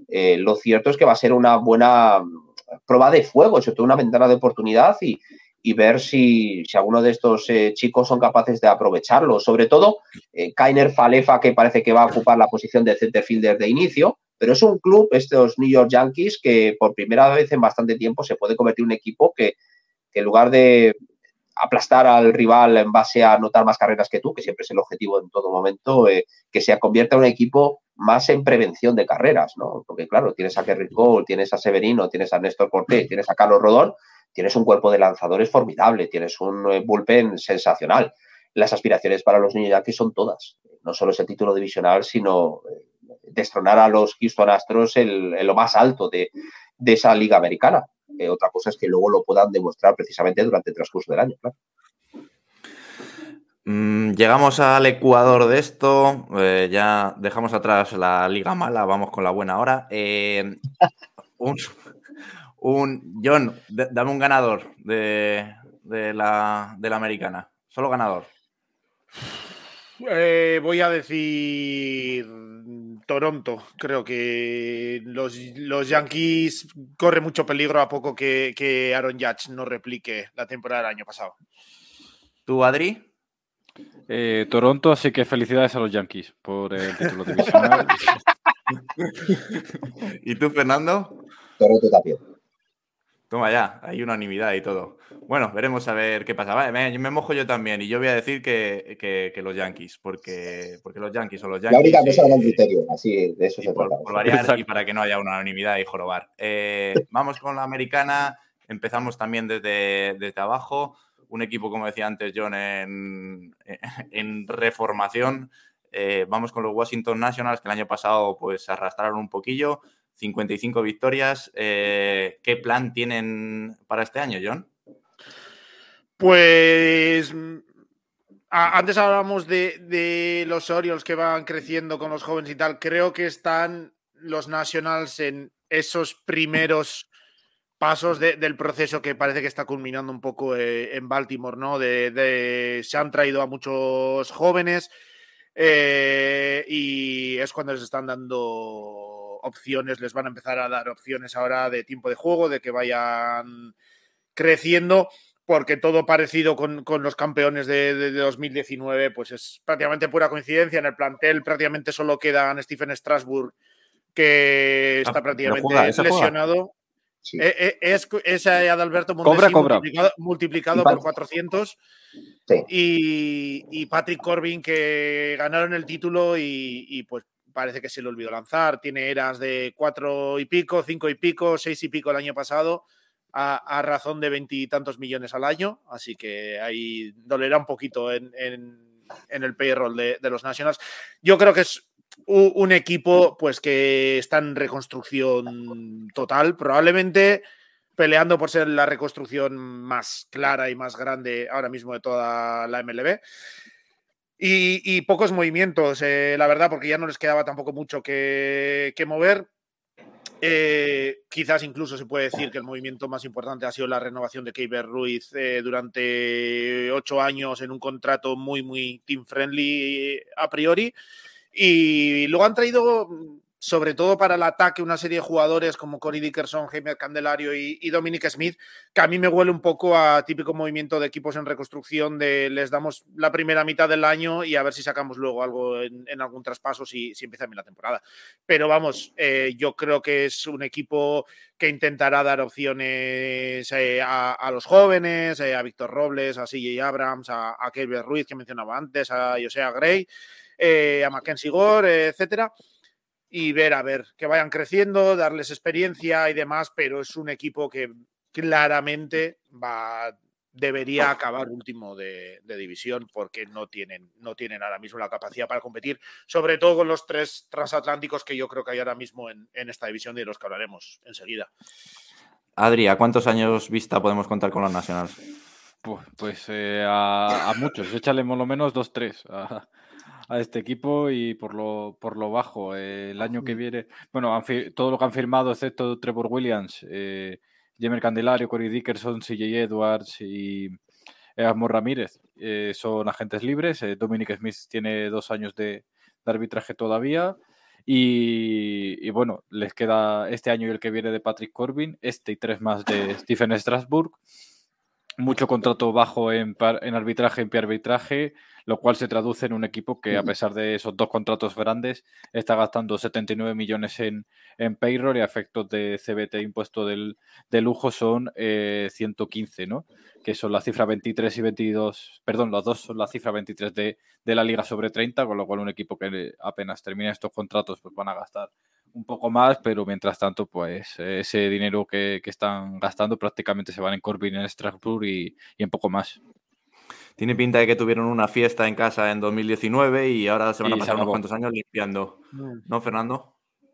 lo cierto es que va a ser una buena prueba de fuego, sobre todo una ventana de oportunidad y ver si alguno de estos chicos son capaces de aprovecharlo. Sobre todo, Kainer Falefa, que parece que va a ocupar la posición de center fielder de inicio, pero es un club, estos New York Yankees, que por primera vez en bastante tiempo se puede convertir en un equipo que en lugar de aplastar al rival en base a anotar más carreras que tú, que siempre es el objetivo en todo momento, que se convierta en un equipo más en prevención de carreras, ¿no? Porque claro, tienes a Gerrit Cole, tienes a Severino, tienes a Néstor Cortés, tienes a Carlos Rodón, tienes un cuerpo de lanzadores formidable, tienes un bullpen sensacional. Las aspiraciones para los New York Yankees son todas. No solo es el título divisional, sino destronar a los Houston Astros en lo más alto de esa liga americana. Otra cosa es que luego lo puedan demostrar precisamente durante el transcurso del año, claro. Llegamos al Ecuador de esto, ya dejamos atrás la liga mala, vamos con la buena ahora. John, dame un ganador de la americana, solo ganador. Voy a decir Toronto. Creo que los Yankees corren mucho peligro a poco que Aaron Judge no replique la temporada del año pasado. ¿Tú, Adri? Toronto, así que felicidades a los Yankees por el título divisional. ¿Y tú, Fernando? Toronto también. Toma ya, hay unanimidad y todo. Bueno, veremos a ver qué pasa. Vale, me mojo yo también y yo voy a decir que los Yankees, porque los Yankees son los Yankees. La única cosa era un criterio, así de eso se trata. Por variar y para que no haya unanimidad y jorobar. Vamos con la americana, empezamos también desde abajo. Un equipo, como decía antes John, en reformación. Vamos con los Washington Nationals, que el año pasado pues se arrastraron un poquillo. 55 victorias. ¿Qué plan tienen para este año, John? Pues antes hablábamos de los Orioles que van creciendo con los jóvenes y tal. Creo que están los Nationals en esos primeros pasos del proceso que parece que está culminando un poco en Baltimore, ¿no? Se han traído a muchos jóvenes y es cuando les están dando opciones, les van a empezar a dar opciones ahora de tiempo de juego, de que vayan creciendo. porque todo parecido con los campeones de 2019, pues es prácticamente pura coincidencia. En el plantel prácticamente solo quedan Stephen Strasburg, que está prácticamente lesionado. Sí. Es Adalberto Mondesi multiplicado por 400. Sí. Y Patrick Corbin, que ganaron el título y pues parece que se le olvidó lanzar. Tiene eras de 4 y pico, 5 y pico, 6 y pico el año pasado, a razón de 20 y tantos millones al año. Así que ahí dolerá un poquito en el payroll de los Nationals. Yo creo que es un equipo pues que está en reconstrucción total, probablemente peleando por ser la reconstrucción más clara y más grande ahora mismo de toda la MLB. Y pocos movimientos, la verdad, porque ya no les quedaba tampoco mucho que mover. Quizás incluso se puede decir que el movimiento más importante ha sido la renovación de Keibert Ruiz durante 8 años en un contrato muy, muy team friendly a priori. Y luego han traído, sobre todo para el ataque, una serie de jugadores como Corey Dickerson, Jaime Candelario y Dominic Smith, que a mí me huele un poco a típico movimiento de equipos en reconstrucción de les damos la primera mitad del año y a ver si sacamos luego algo en algún traspaso si empieza bien la temporada. Pero vamos, yo creo que es un equipo que intentará dar opciones a los jóvenes, a Víctor Robles, a CJ Abrams, a Keibert Ruiz, que mencionaba antes, a Josiah Gray, a Mackenzie Gore, etcétera, y ver que vayan creciendo, darles experiencia y demás, pero es un equipo que claramente debería acabar último de división porque no tienen ahora mismo la capacidad para competir, sobre todo con los 3 transatlánticos que yo creo que hay ahora mismo en esta división, de los que hablaremos enseguida. Adri, ¿a cuántos años vista podemos contar con los Nationals? Pues a muchos, échale por lo menos 2-3 a este equipo, y por lo bajo, el año que viene, bueno, todo lo que han firmado excepto Trevor Williams, Jamer Candelario, Corey Dickerson, CJ Edwards y Asmor Ramírez son agentes libres. Dominic Smith tiene 2 años de arbitraje todavía. Y bueno, les queda este año y el que viene de Patrick Corbin, y 3 más de Stephen Strasburg. Mucho contrato bajo en arbitraje, en arbitraje, lo cual se traduce en un equipo que, a pesar de esos 2 contratos grandes, está gastando 79 millones en payroll, y a efectos de CBT, impuesto de lujo, son 115, ¿no? Que son la cifra 23 y 22, perdón, los dos son la cifra 23 de la liga sobre 30, con lo cual un equipo que apenas termina estos contratos pues van a gastar un poco más, pero mientras tanto, pues ese dinero que están gastando prácticamente se van en Corbin, en Strasburg y en poco más. Tiene pinta de que tuvieron una fiesta en casa en 2019 y ahora se van a pasar unos cuantos años limpiando. ¿No, Fernando?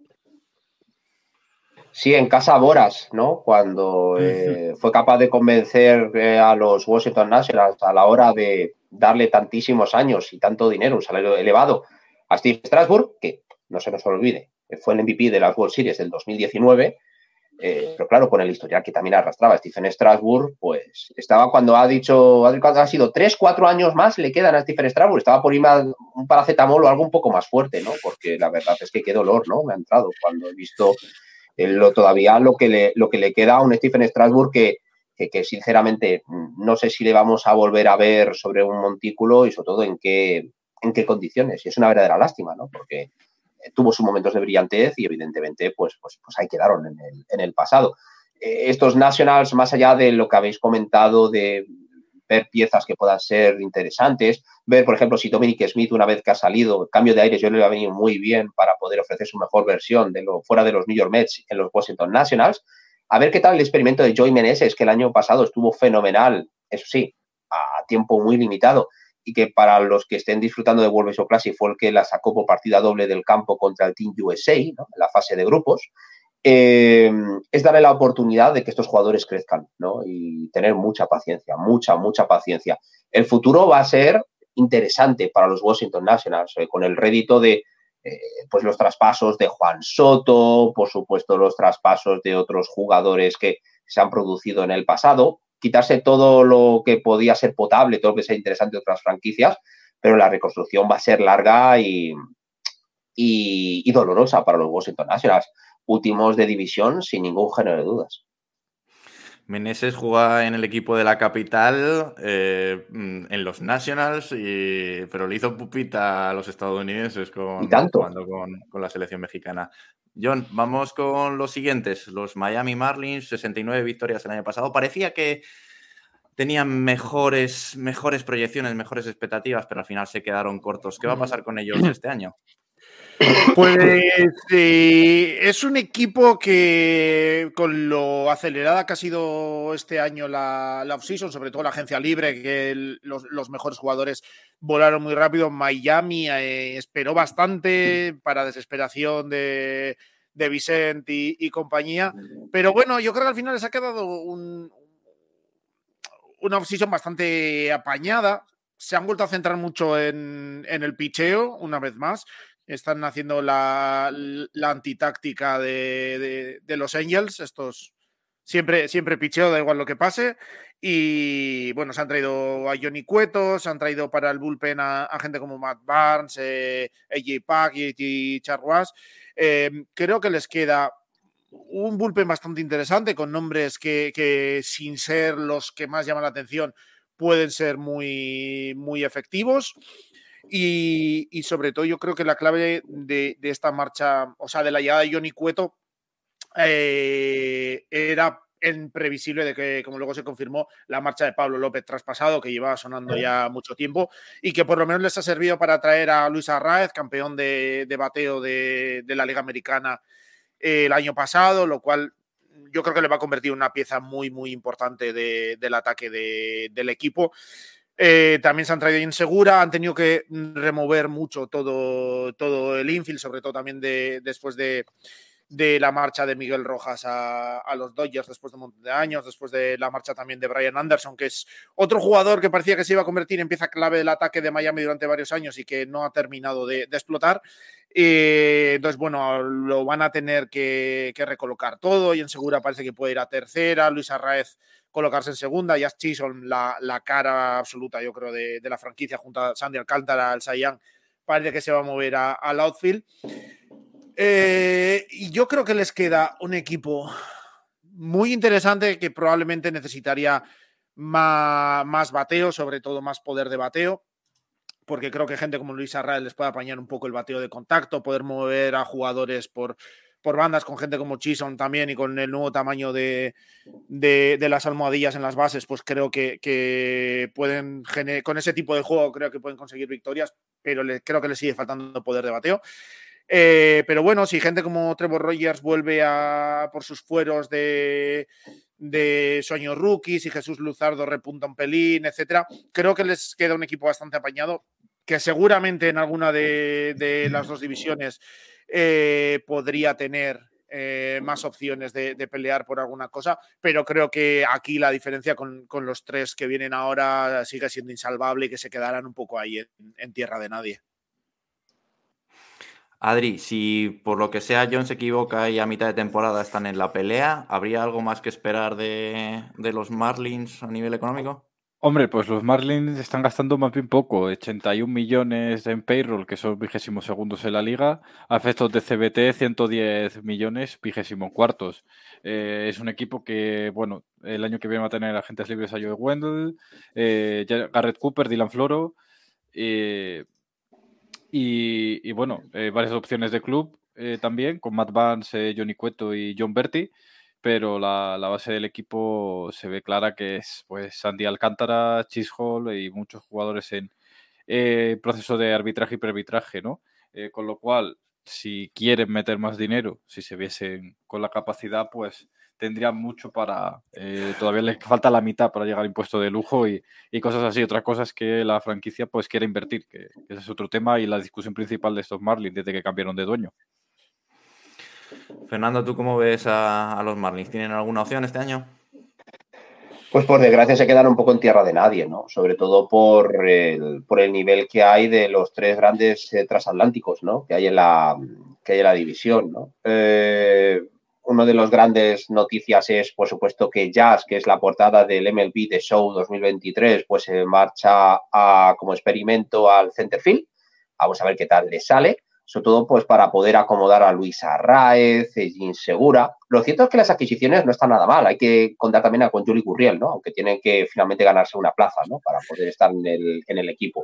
Sí, en casa Boras, ¿no? Cuando fue capaz de convencer a los Washington Nationals a la hora de darle tantísimos años y tanto dinero, un salario elevado, a Steve Strasburg, que no se nos olvide, fue el MVP de las World Series del 2019, pero claro, con el historial que también arrastraba Stephen Strasburg, pues estaba cuando ha sido 3-4 años más le quedan a Stephen Strasburg, estaba por ir un paracetamol o algo un poco más fuerte, ¿no? Porque la verdad es que qué dolor, ¿no? Me ha entrado cuando he visto todavía lo que le queda a un Stephen Strasburg que sinceramente no sé si le vamos a volver a ver sobre un montículo y sobre todo en qué condiciones. Y es una verdadera lástima, ¿no? Porque tuvo sus momentos de brillantez y evidentemente pues ahí quedaron en el pasado. Estos Nationals, más allá de lo que habéis comentado de ver piezas que puedan ser interesantes, ver, por ejemplo, si Dominic Smith, una vez que ha salido, cambio de aires, yo le va a venir muy bien para poder ofrecer su mejor versión fuera de los New York Mets en los Washington Nationals. A ver qué tal el experimento de Joey Meneses, que el año pasado estuvo fenomenal, eso sí, a tiempo muy limitado, y que para los que estén disfrutando de World Baseball Classic fue el que la sacó por partida doble del campo contra el Team USA, ¿no? En la fase de grupos. Es darle la oportunidad de que estos jugadores crezcan, ¿no? Y tener mucha paciencia, mucha paciencia. El futuro va a ser interesante para los Washington Nationals, con el rédito de pues los traspasos de Juan Soto, por supuesto los traspasos de otros jugadores que se han producido en el pasado, quitarse todo lo que podía ser potable, todo lo que sea interesante de otras franquicias, pero la reconstrucción va a ser larga y dolorosa para los Washington Nationals, últimos de división sin ningún género de dudas. Meneses juega en el equipo de la capital, en los Nationals, pero le hizo pupita a los estadounidenses jugando con la selección mexicana. John, vamos con los siguientes. Los Miami Marlins, 69 victorias el año pasado. Parecía que tenían mejores proyecciones, mejores expectativas, pero al final se quedaron cortos. ¿Qué va a pasar con ellos este año? Pues es un equipo que, con lo acelerada que ha sido este año la off-season, sobre todo la agencia libre, que los mejores jugadores volaron muy rápido, Miami esperó bastante para desesperación de Vicente y compañía, pero bueno, yo creo que al final les ha quedado una off-season bastante apañada. Se han vuelto a centrar mucho en el picheo, una vez más. Están haciendo la antitáctica de los Angels. Estos siempre picheo, da igual lo que pase. Y bueno, se han traído a Johnny Cueto, se han traído para el bullpen a gente como Matt Barnes, AJ Pak y Charwas. Creo que les queda un bullpen bastante interesante con nombres que sin ser los que más llaman la atención pueden ser muy, muy efectivos. Y sobre todo yo creo que la clave de esta marcha, o sea, de la llegada de Johnny Cueto, era previsible de que, como luego se confirmó, la marcha de Pablo López traspasado, que llevaba sonando ya mucho tiempo, y que por lo menos les ha servido para traer a Luis Arraez, campeón de bateo de la Liga Americana el año pasado, lo cual yo creo que le va a convertir en una pieza muy, muy importante del ataque del equipo. También se han traído insegura, han tenido que remover mucho todo el infield, sobre todo también después de la marcha de Miguel Rojas a los Dodgers después de un montón de años, después de la marcha también de Brian Anderson, que es otro jugador que parecía que se iba a convertir en pieza clave del ataque de Miami durante varios años y que no ha terminado de explotar. Entonces, bueno, lo van a tener que recolocar todo y en segura parece que puede ir a tercera, Luis Arraez colocarse en segunda, Jazz Chisholm, la cara absoluta, yo creo, de la franquicia junto a Sandy Alcántara, al Cy Young, parece que se va a mover al outfield. Y yo creo que les queda un equipo muy interesante que probablemente necesitaría más bateo, sobre todo más poder de bateo, porque creo que gente como Luis Arraez les puede apañar un poco el bateo de contacto, poder mover a jugadores por bandas, con gente como Chisholm también y con el nuevo tamaño de las almohadillas en las bases, pues creo que pueden con ese tipo de juego creo que pueden conseguir victorias, pero creo que les sigue faltando poder de bateo. Pero bueno, si gente como Trevor Rogers vuelve por sus fueros de su año rookie, si Jesús Luzardo repunta un pelín, etcétera, creo que les queda un equipo bastante apañado, que seguramente en alguna de las dos divisiones podría tener más opciones de pelear por alguna cosa, pero creo que aquí la diferencia con los tres que vienen ahora sigue siendo insalvable y que se quedarán un poco ahí en tierra de nadie. Adri, si por lo que sea John se equivoca y a mitad de temporada están en la pelea, ¿habría algo más que esperar de los Marlins a nivel económico? Hombre, pues los Marlins están gastando más bien poco, 81 millones en payroll, que son 22º en la liga, a efectos de CBT 110 millones, 24º. Es un equipo que, bueno, el año que viene va a tener agentes libres a Joey Wendell, Garrett Cooper, Dylan Floro, y bueno, varias opciones de club también, con Matt Barnes, Johnny Cueto y John Berti, pero la base del equipo se ve clara que es pues Sandy Alcántara, Chisholm y muchos jugadores en proceso de arbitraje y prearbitraje, ¿no? Con lo cual, si quieren meter más dinero, si se viesen con la capacidad, pues tendrían mucho para... todavía les falta la mitad para llegar al impuesto de lujo y cosas así. Otra cosa es que la franquicia pues quiere invertir, que ese es otro tema y la discusión principal de estos Marlins desde que cambiaron de dueño. Fernando, ¿tú cómo ves a los Marlins? ¿Tienen alguna opción este año? Pues por desgracia se quedan un poco en tierra de nadie, ¿no? Sobre todo por el nivel que hay de los tres grandes transatlánticos, ¿no? Que hay en la división, ¿no? Una de las grandes noticias es, por supuesto, que Jazz, que es la portada del MLB The Show 2023, pues se marcha como experimento al center field. Vamos a ver qué tal le sale. sobre todo pues para poder acomodar a Luis Arraez, Jean Segura. Lo cierto es que las adquisiciones no están nada mal, hay que contar también con Juli Gurriel, ¿no? Aunque tienen que finalmente ganarse una plaza, ¿no? Para poder estar en el equipo.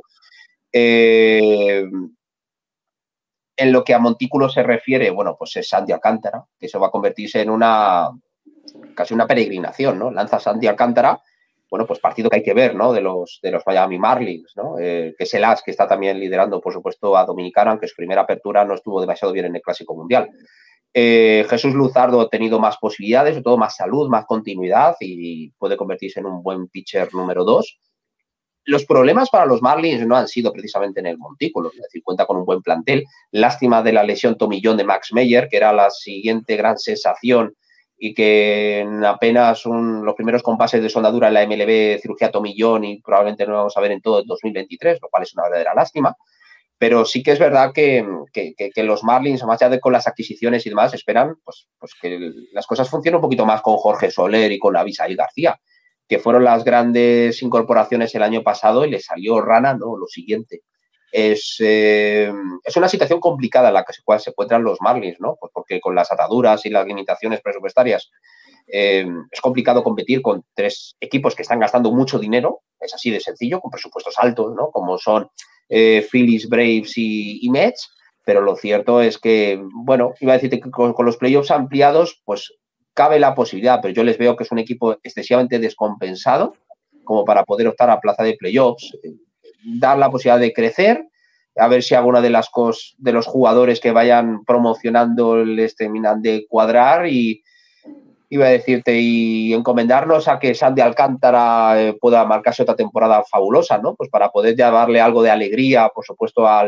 En lo que a Montículo se refiere, bueno, pues es Santi Alcántara, que eso va a convertirse en casi una peregrinación, ¿no? Lanza Santi Alcántara, bueno, pues partido que hay que ver, ¿no? De los Miami Marlins, ¿no? Que es el as que está también liderando, por supuesto, a Dominicana, aunque su primera apertura no estuvo demasiado bien en el Clásico Mundial. Jesús Luzardo ha tenido más posibilidades, sobre todo más salud, más continuidad y puede convertirse en un buen pitcher número 2. Los problemas para los Marlins no han sido precisamente en el montículo, es decir, cuenta con un buen plantel. Lástima de la lesión tomillón de Max Meyer, que era la siguiente gran sensación y que en apenas los primeros compases de soldadura en la MLB cirugía tomillón y probablemente no lo vamos a ver en todo el 2023, lo cual es una verdadera lástima. Pero sí que es verdad que los Marlins, más allá de con las adquisiciones y demás, esperan pues que las cosas funcionen un poquito más con Jorge Soler y con Abisaíl García, que fueron las grandes incorporaciones el año pasado y le salió rana, ¿no? Lo siguiente. Es una situación complicada en la que se encuentran los Marlins, ¿no? Pues porque con las ataduras y las limitaciones presupuestarias es complicado competir con 3 equipos que están gastando mucho dinero, es así de sencillo, con presupuestos altos, ¿no? Como son Phillies, Braves y Mets, pero lo cierto es que, bueno, iba a decirte que con los playoffs ampliados, pues cabe la posibilidad, pero yo les veo que es un equipo excesivamente descompensado como para poder optar a plaza de playoffs, dar la posibilidad de crecer, a ver si alguna de los jugadores que vayan promocionando les terminan de cuadrar y iba a decirte, y encomendarnos a que Sandy Alcántara pueda marcarse otra temporada fabulosa, ¿no? Pues para poder ya darle algo de alegría, por supuesto, a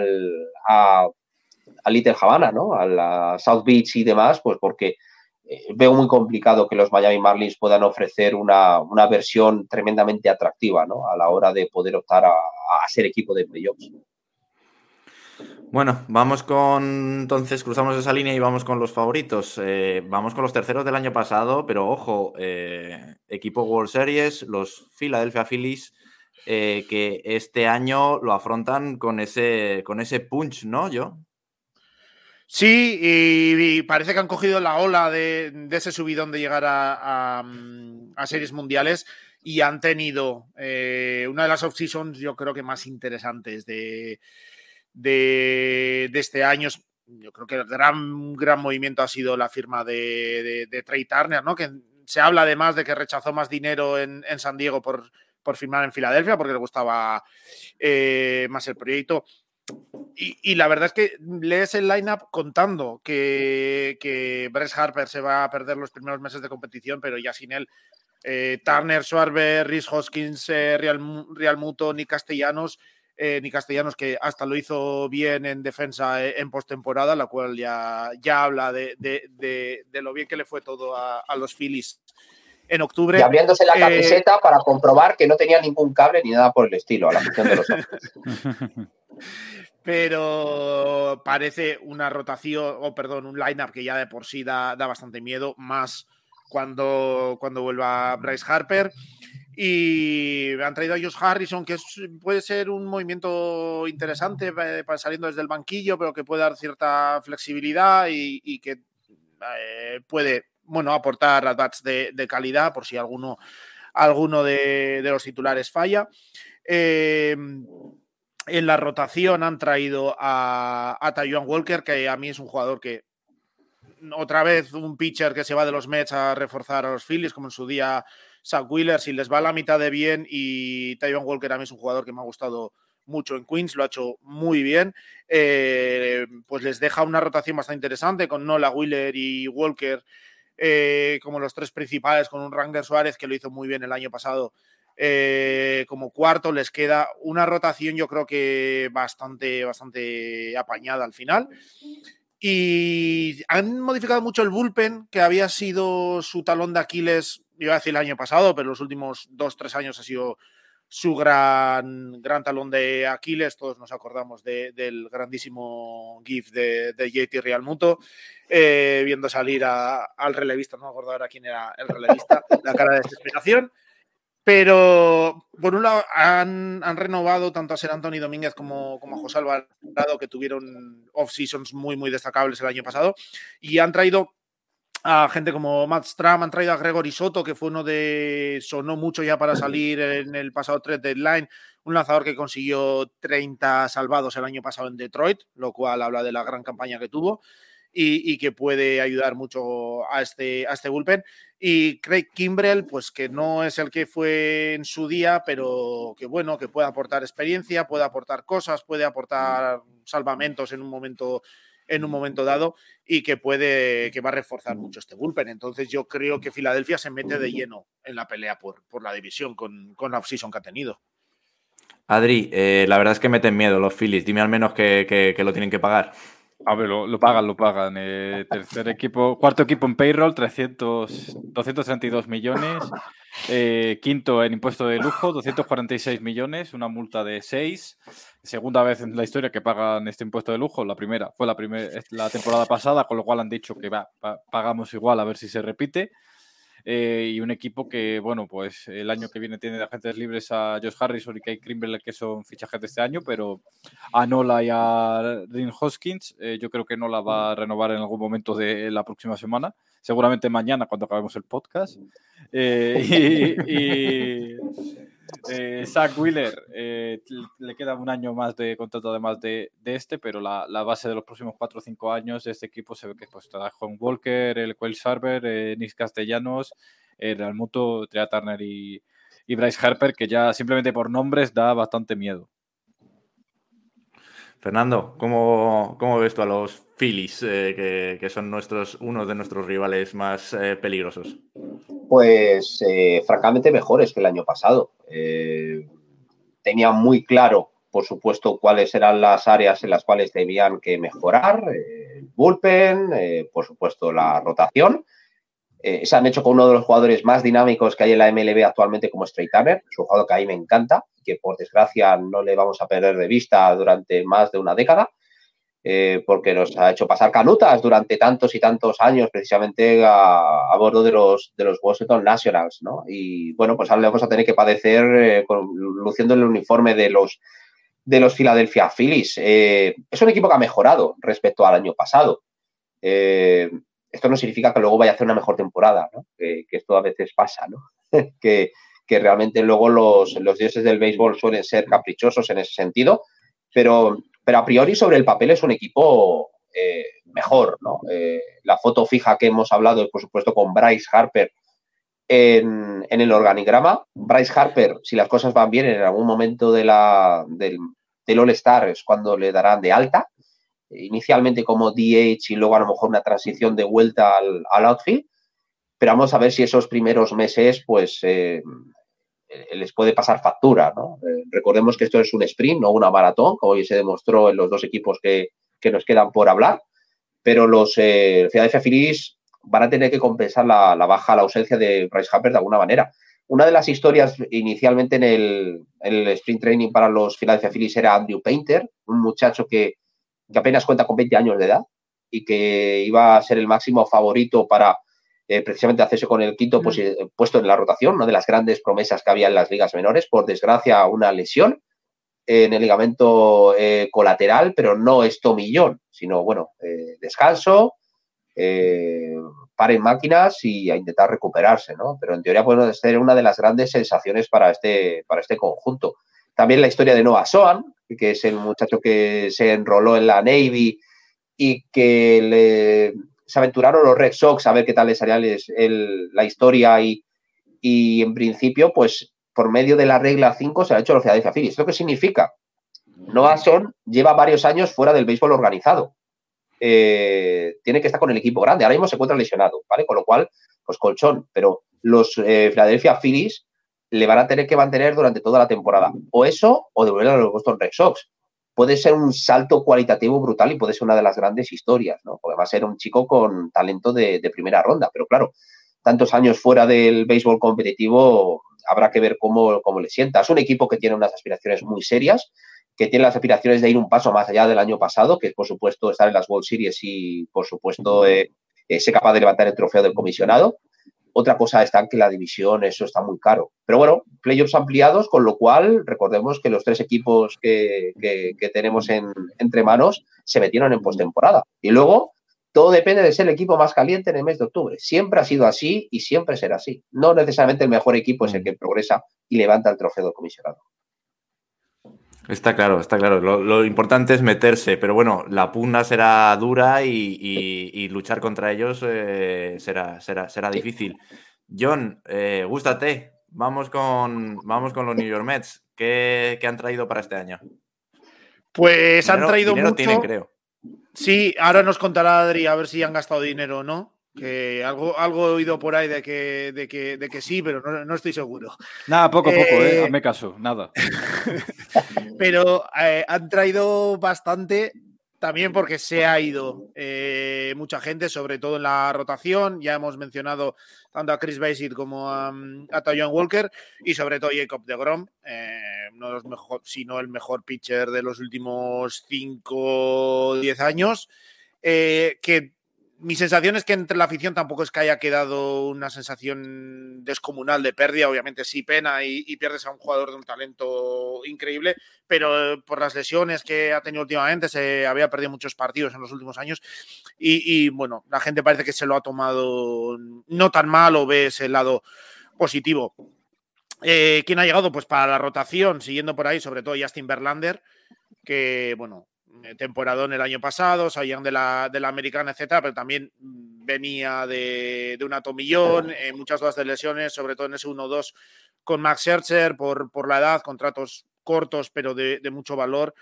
Little Havana, ¿no? A la South Beach y demás, pues porque veo muy complicado que los Miami Marlins puedan ofrecer una versión tremendamente atractiva, ¿no? A la hora de poder optar a ser equipo de playoffs. Bueno, entonces cruzamos esa línea y vamos con los favoritos. Vamos con los terceros del año pasado, pero ojo, equipo World Series, los Philadelphia Phillies, que este año lo afrontan con ese punch, ¿no, yo? Sí, y parece que han cogido la ola de ese subidón de llegar a series mundiales y han tenido una de las off-seasons, yo creo que más interesantes de este año. Yo creo que el gran movimiento ha sido la firma de Trey Turner, ¿no? Que se habla además de que rechazó más dinero en San Diego por firmar en Filadelfia porque le gustaba más el proyecto. Y la verdad es que lees el line-up contando que Bryce Harper se va a perder los primeros meses de competición, pero ya sin él, Turner, Schwarber, Rhys Hoskins, Real Muto, Nick Castellanos, que hasta lo hizo bien en defensa en postemporada, la cual ya habla de lo bien que le fue todo a los Phillies en octubre. Y abriéndose la camiseta para comprobar que no tenía ningún cable ni nada por el estilo a la afición de los Ángeles. Pero parece una rotación, un line-up que ya de por sí da bastante miedo, más cuando vuelva Bryce Harper. Y han traído a Josh Harrison, que puede ser un movimiento interesante saliendo desde el banquillo, pero que puede dar cierta flexibilidad y que puede aportar at-bats de calidad por si alguno de los titulares falla. En la rotación han traído a Taijuan Walker, que a mí es un jugador que otra vez un pitcher que se va de los Mets a reforzar a los Phillies, como en su día Zach Wheeler, si les va a la mitad de bien, y Taijuan Walker a mí es un jugador que me ha gustado mucho en Queens, lo ha hecho muy bien, pues les deja una rotación bastante interesante con Nola, Wheeler y Walker como los 3 principales, con un Ranger Suárez que lo hizo muy bien el año pasado como cuarto. Les queda una rotación yo creo que bastante apañada al final. Y han modificado mucho el bullpen, que había sido su talón de Aquiles, iba a decir el año pasado, pero los últimos 2-3 años ha sido su gran talón de Aquiles. Todos nos acordamos del grandísimo GIF de JT Realmuto, viendo salir al relevista, no me acuerdo ahora quién era el relevista, la cara de desesperación. Pero por un lado, han renovado tanto a Ser Anthony Domínguez como a José Alvarado, que tuvieron off-seasons muy, muy destacables el año pasado, y han traído a gente como Matt Stram, han traído a Gregory Soto, que fue uno de... sonó mucho ya para salir en el pasado trade deadline, un lanzador que consiguió 30 salvados el año pasado en Detroit, lo cual habla de la gran campaña que tuvo y que puede ayudar mucho a este bullpen. Y Craig Kimbrell, pues que no es el que fue en su día, pero que bueno, que puede aportar experiencia, puede aportar cosas, puede aportar salvamentos en un momento dado y que va a reforzar mucho este bullpen. Entonces yo creo que Filadelfia se mete de lleno en la pelea por la división con la offseason que ha tenido. Adri, la verdad es que meten miedo los Phillies. Dime al menos que lo tienen que pagar. A ver, lo pagan. Cuarto equipo en payroll, 232 millones. Quinto en impuesto de lujo, 246 millones, una multa de 6. Segunda vez en la historia que pagan este impuesto de lujo. La primera fue la temporada pasada, con lo cual han dicho que pagamos igual a ver si se repite. Y un equipo que, bueno, pues el año que viene tiene de agentes libres a Josh Harrison y Kate Kimbrell, que son fichajes de este año, pero a Nola y a Rhys Hoskins yo creo que Nola va a renovar en algún momento de la próxima semana, seguramente mañana cuando acabemos el podcast. Zach Wheeler le queda un año más de contrato además de este, pero la base de los próximos 4 o 5 años de este equipo se ve que pues está John Walker, el Quail Sarver, Nick Castellanos, Realmuto, Trea Turner y Bryce Harper, que ya simplemente por nombres da bastante miedo. Fernando, ¿cómo ves tú a los Phillies, que son uno de nuestros rivales más peligrosos? Pues francamente mejores que el año pasado. Tenía muy claro, por supuesto, cuáles eran las áreas en las cuales debían que mejorar, el bullpen, por supuesto la rotación. Se han hecho con uno de los jugadores más dinámicos que hay en la MLB actualmente, como es Trea Turner, es un jugador que a mí me encanta, que por desgracia no le vamos a perder de vista durante más de una década, porque nos ha hecho pasar canutas durante tantos y tantos años precisamente a bordo de los Washington Nationals, ¿no? Y bueno, pues ahora le vamos a tener que padecer luciendo el uniforme de los Philadelphia Phillies. Es un equipo que ha mejorado respecto al año pasado. Esto no significa que luego vaya a hacer una mejor temporada, ¿no? Que esto a veces pasa, ¿no? que realmente luego los dioses del béisbol suelen ser caprichosos en ese sentido, pero a priori sobre el papel es un equipo mejor, ¿no? La foto fija que hemos hablado es, por supuesto, con Bryce Harper en el organigrama. Bryce Harper, si las cosas van bien, en algún momento del All-Star es cuando le darán de alta, inicialmente como DH y luego a lo mejor una transición de vuelta al outfield, pero vamos a ver si esos primeros meses pues les puede pasar factura, ¿no? Recordemos que esto es un sprint, no una maratón, como hoy se demostró en los dos equipos que nos quedan por hablar, pero los Philadelphia Phillies van a tener que compensar la baja, la ausencia de Bryce Harper de alguna manera. Una de las historias inicialmente en el sprint training para los Philadelphia Phillies era Andrew Painter, un muchacho que apenas cuenta con 20 años de edad y que iba a ser el máximo favorito para precisamente hacerse con el quinto puesto en la rotación, una de las grandes promesas que había en las ligas menores. Por desgracia, una lesión en el ligamento colateral, pero no es tomillón, sino, bueno, descanso, paren máquinas y a intentar recuperarse, ¿no? Pero en teoría puede ser una de las grandes sensaciones para este conjunto. También la historia de Noah Sohan, que es el muchacho que se enroló en la Navy y que se aventuraron los Red Sox a ver qué tal les haría la historia y en principio, pues por medio de la regla 5 se ha hecho los Philadelphia Phillies. ¿Esto qué significa? Noah Sohan lleva varios años fuera del béisbol organizado. Tiene que estar con el equipo grande. Ahora mismo se encuentra lesionado, ¿vale? Con lo cual, pues colchón. Pero los Philadelphia Phillies le van a tener que mantener durante toda la temporada. O eso, o devolver a los Boston Red Sox. Puede ser un salto cualitativo brutal y puede ser una de las grandes historias, ¿no? Porque va a ser un chico con talento de primera ronda. Pero claro, tantos años fuera del béisbol competitivo, habrá que ver cómo le sienta. Es un equipo que tiene unas aspiraciones muy serias, que tiene las aspiraciones de ir un paso más allá del año pasado, que es, por supuesto, estar en las World Series y, por supuesto, ser capaz de levantar el trofeo del comisionado. Otra cosa está que la división, eso está muy caro. Pero bueno, playoffs ampliados, con lo cual recordemos que los 3 equipos que tenemos entre manos se metieron en postemporada. Y luego todo depende de ser el equipo más caliente en el mes de octubre. Siempre ha sido así y siempre será así. No necesariamente el mejor equipo es el que progresa y levanta el trofeo del comisionado. Está claro, está claro. Lo importante es meterse, pero bueno, la pugna será dura y luchar contra ellos será difícil. John, gústate. Vamos con los New York Mets. ¿Qué han traído para este año? Pues han traído dinero mucho. Tienen, creo. Sí, ahora nos contará Adri a ver si han gastado dinero o no. Que algo he oído por ahí de que sí, pero no estoy seguro. Nada, poco, hazme caso, nada. Pero han traído bastante también porque se ha ido mucha gente, sobre todo en la rotación. Ya hemos mencionado tanto a Chris Bassitt como a Taijuan Walker y sobre todo Jacob deGrom, uno de los mejores, si no el mejor pitcher de los últimos 5 o 10 años. Que mi sensación es que entre la afición tampoco es que haya quedado una sensación descomunal de pérdida. Obviamente sí pena y pierdes a un jugador de un talento increíble, pero por las lesiones que ha tenido últimamente se había perdido muchos partidos en los últimos años y bueno, la gente parece que se lo ha tomado no tan mal o ve ese lado positivo. ¿Quién ha llegado? Pues para la rotación, siguiendo por ahí, sobre todo Justin Verlander, que bueno, temporadón el año pasado, salían de la americana, etcétera, pero también venía de una tomillón, muchas dudas de lesiones, sobre todo en ese 1-2 con Max Scherzer por la edad, contratos cortos pero de mucho valor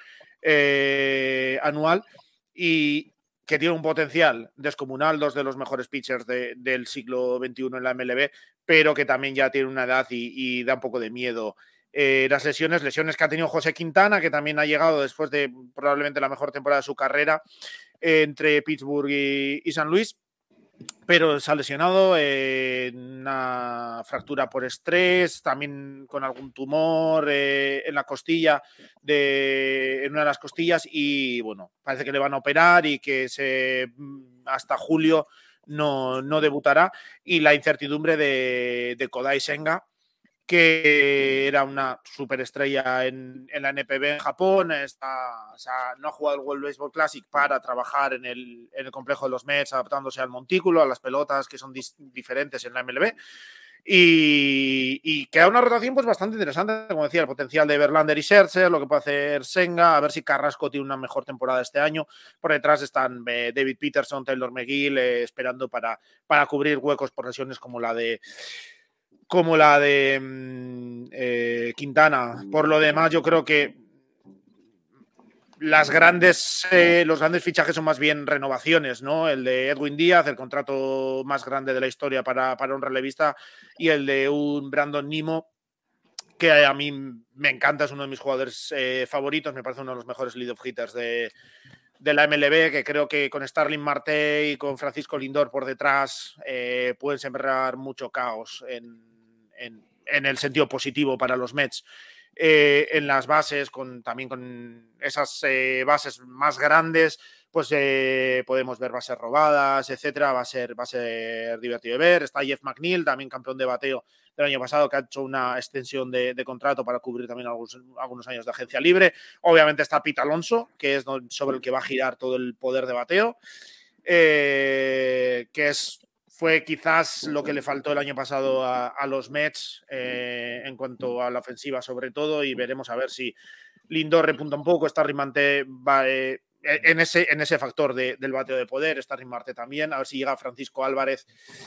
anual y que tiene un potencial descomunal, 2 de los mejores pitchers del siglo XXI en la MLB, pero que también ya tiene una edad y da un poco de miedo. Las lesiones que ha tenido José Quintana, que también ha llegado después de probablemente la mejor temporada de su carrera entre Pittsburgh y San Luis, pero se ha lesionado una fractura por estrés, también con algún tumor en la costilla, en una de las costillas, y bueno, parece que le van a operar y que hasta julio no debutará, y la incertidumbre de Kodai Senga, que era una superestrella en la NPB en Japón, no ha jugado el World Baseball Classic para trabajar en el complejo de los Mets, adaptándose al montículo, a las pelotas que son diferentes en la MLB, y queda una rotación pues bastante interesante, como decía, el potencial de Verlander y Scherzer, lo que puede hacer Senga, a ver si Carrasco tiene una mejor temporada este año. Por detrás están David Peterson, Taylor McGill, esperando para cubrir huecos por lesiones como la de Quintana. Por lo demás, yo creo que los grandes fichajes son más bien renovaciones, ¿no? El de Edwin Díaz, el contrato más grande de la historia para un relevista, y el de un Brandon Nimmo, que a mí me encanta, es uno de mis jugadores favoritos, me parece uno de los mejores lead-off hitters de la MLB, que creo que con Starling Marte y con Francisco Lindor por detrás pueden sembrar mucho caos en el sentido positivo para los Mets. En las bases, también con esas bases más grandes, pues podemos ver bases robadas, etcétera. Va a ser divertido de ver. Está Jeff McNeil, también campeón de bateo del año pasado, que ha hecho una extensión de contrato para cubrir también algunos años de agencia libre. Obviamente está Pete Alonso, que es sobre el que va a girar todo el poder de bateo, que fue quizás lo que le faltó el año pasado a los Mets en cuanto a la ofensiva sobre todo, y veremos a ver si Lindor repunta un poco, Starling Marte va en ese factor del bateo de poder, Starling Marte también, a ver si llega Francisco Álvarez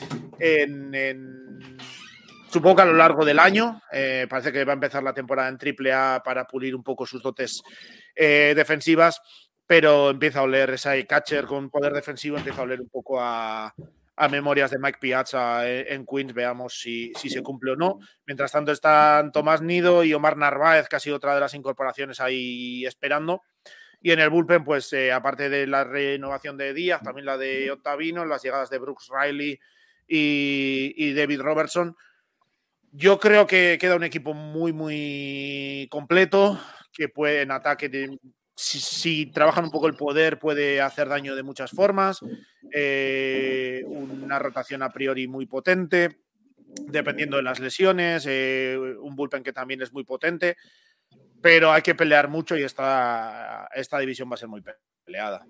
supongo que a lo largo del año. Parece que va a empezar la temporada en AAA para pulir un poco sus dotes defensivas, pero empieza a oler ese catcher con poder defensivo, empieza a oler un poco a memorias de Mike Piazza en Queens. Veamos si se cumple o no. Mientras tanto están Tomás Nido y Omar Narváez, que ha sido otra de las incorporaciones ahí esperando. Y en el bullpen, pues aparte de la renovación de Díaz, también la de Ottavino, las llegadas de Brooks Riley y David Robertson. Yo creo que queda un equipo muy, muy completo, que puede en ataque, si trabajan un poco el poder, puede hacer daño de muchas formas. Una rotación a priori muy potente. dependiendo de las lesiones, un bullpen que también es muy potente, pero hay que pelear mucho y esta división va a ser muy peleada.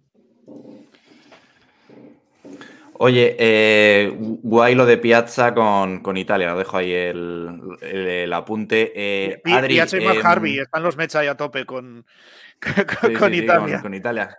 Oye, guay lo de Piazza con Italia, lo dejo ahí el apunte. Adri, Piazza y Matt Harvey, están los Mets ahí a tope con Italia. Con Italia.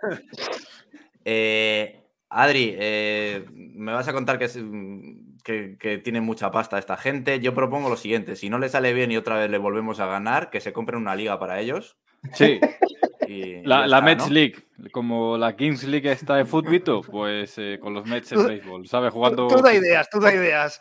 Adri, me vas a contar que tiene mucha pasta esta gente. Yo propongo lo siguiente: si no le sale bien y otra vez le volvemos a ganar, que se compren una liga para ellos. Sí. La Mets, ¿no? League, como la Kings League está de fútbol, pues con los Mets en béisbol, ¿sabes? Jugando. Tú da ideas.